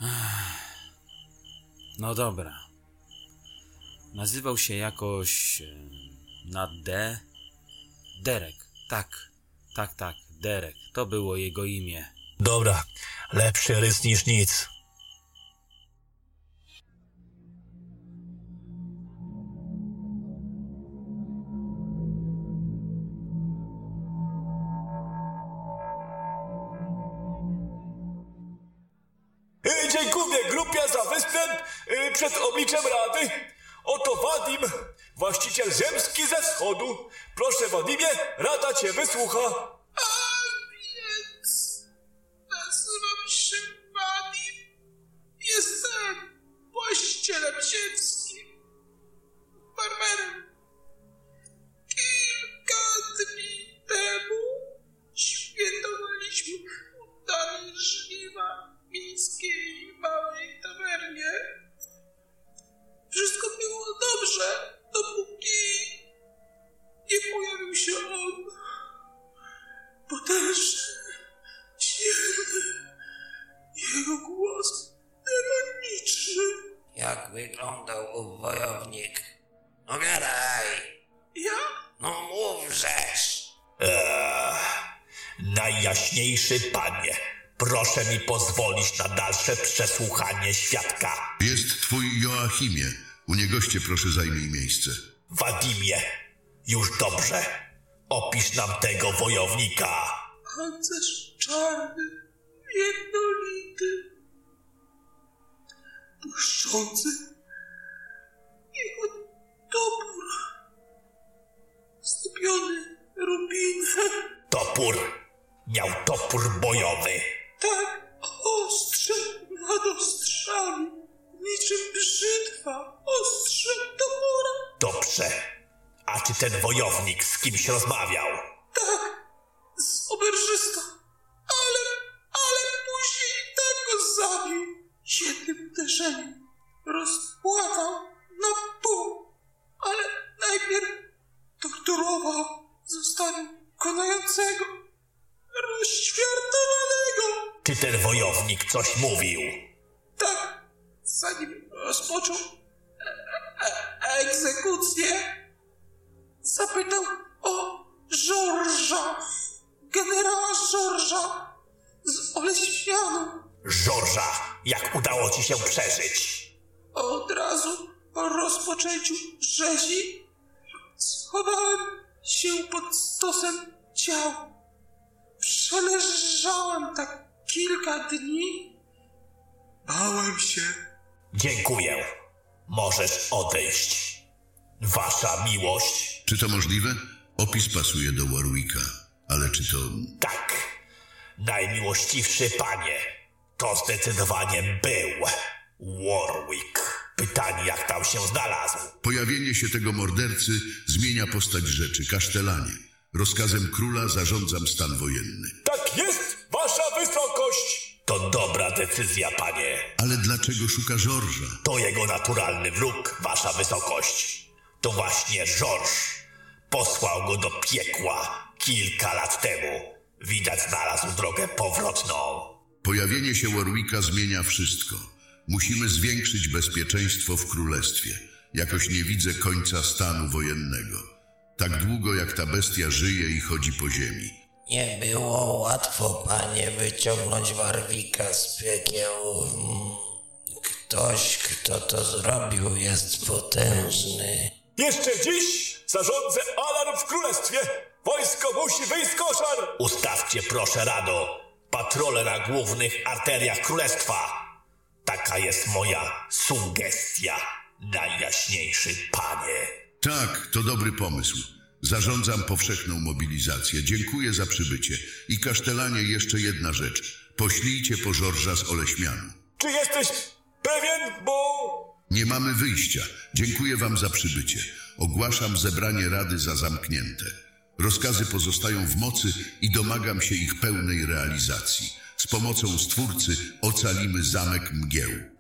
No dobra. Nazywał się jakoś... na D? Derek. Tak, Derek. To było jego imię. Dobra. Lepszy rys niż nic. Dziękuję grupie za występ przed obliczem rady. Oto Wadim, właściciel ziemski ze wschodu. Proszę, Wadimie, rada cię wysłucha. A więc nazywam się Wadim. Jestem właścicielem ziemskim, farmerem. Kilka dni temu świętowaliśmy udane żniwa w miejskiej małej tawernie. Wszystko było dobrze, dopóki nie pojawił się on. jego głos demoniczny. Jak wyglądał ów wojownik? No gadaj! Ja? No mówżesz! Najjaśniejszy panie, proszę mi pozwolić na dalsze przesłuchanie świadka. Jest twój Joachimie. U niegoście proszę zajmij miejsce. Wadimie, już dobrze. Opisz nam tego wojownika. Pancerz czarny, jednolity, błyszczący jego topór, zdobiony rubinem. Topór? Miał topór bojowy. Tak, ostrze nad ostrzami, niczym brzytwa, ostrze topora. Dobrze. A czy ten wojownik z kimś rozmawiał? Tak, z oberżystą, ale później i tak go zabił. Jednym uderzeniem rozpłakał na pół, ale najpierw torturował, zostawił konającego, rozćwiartowanego. Czy ten wojownik coś mówił? Tak, zanim rozpoczął egzekucję, zapytał o Georgesa, generała Georgesa z Oleśmianu. Georgesa, jak udało ci się przeżyć? Od razu po rozpoczęciu rzezi schowałem się pod stosem ciał. Przeleżałem tak kilka dni. Bałem się. Dziękuję. Możesz odejść. Wasza miłość. Czy to możliwe? Opis pasuje do Warwicka, ale czy to... Tak. Najmiłościwszy panie. To zdecydowanie był Warwick. Pytanie, jak tam się znalazł. Pojawienie się tego mordercy zmienia postać rzeczy. Kasztelanie. Rozkazem króla zarządzam stan wojenny. Tak jest, wasza wysokość! To dobra decyzja, panie. Ale dlaczego szuka Georgesa? To jego naturalny wróg, wasza wysokość. To właśnie Georges posłał go do piekła kilka lat temu. Widać, znalazł drogę powrotną. Pojawienie się Warwicka zmienia wszystko. Musimy zwiększyć bezpieczeństwo w królestwie. Jakoś nie widzę końca stanu wojennego. Tak długo jak ta bestia żyje i chodzi po ziemi. Nie było łatwo, panie, wyciągnąć Warwicka z piekieł. Ktoś, kto to zrobił, jest potężny. Jeszcze dziś zarządzę alarm w królestwie. Wojsko musi wyjść z koszar. Ustawcie proszę, Rado, patrole na głównych arteriach królestwa. Taka jest moja sugestia, najjaśniejszy panie. Tak, to dobry pomysł. Zarządzam powszechną mobilizację. Dziękuję za przybycie. I kasztelanie, jeszcze jedna rzecz. Poślijcie po Georgesa z Oleśmianu. Czy jesteś pewien, bo... Nie mamy wyjścia. Dziękuję wam za przybycie. Ogłaszam zebranie Rady za zamknięte. Rozkazy pozostają w mocy i domagam się ich pełnej realizacji. Z pomocą Stwórcy ocalimy Zamek Mgieł.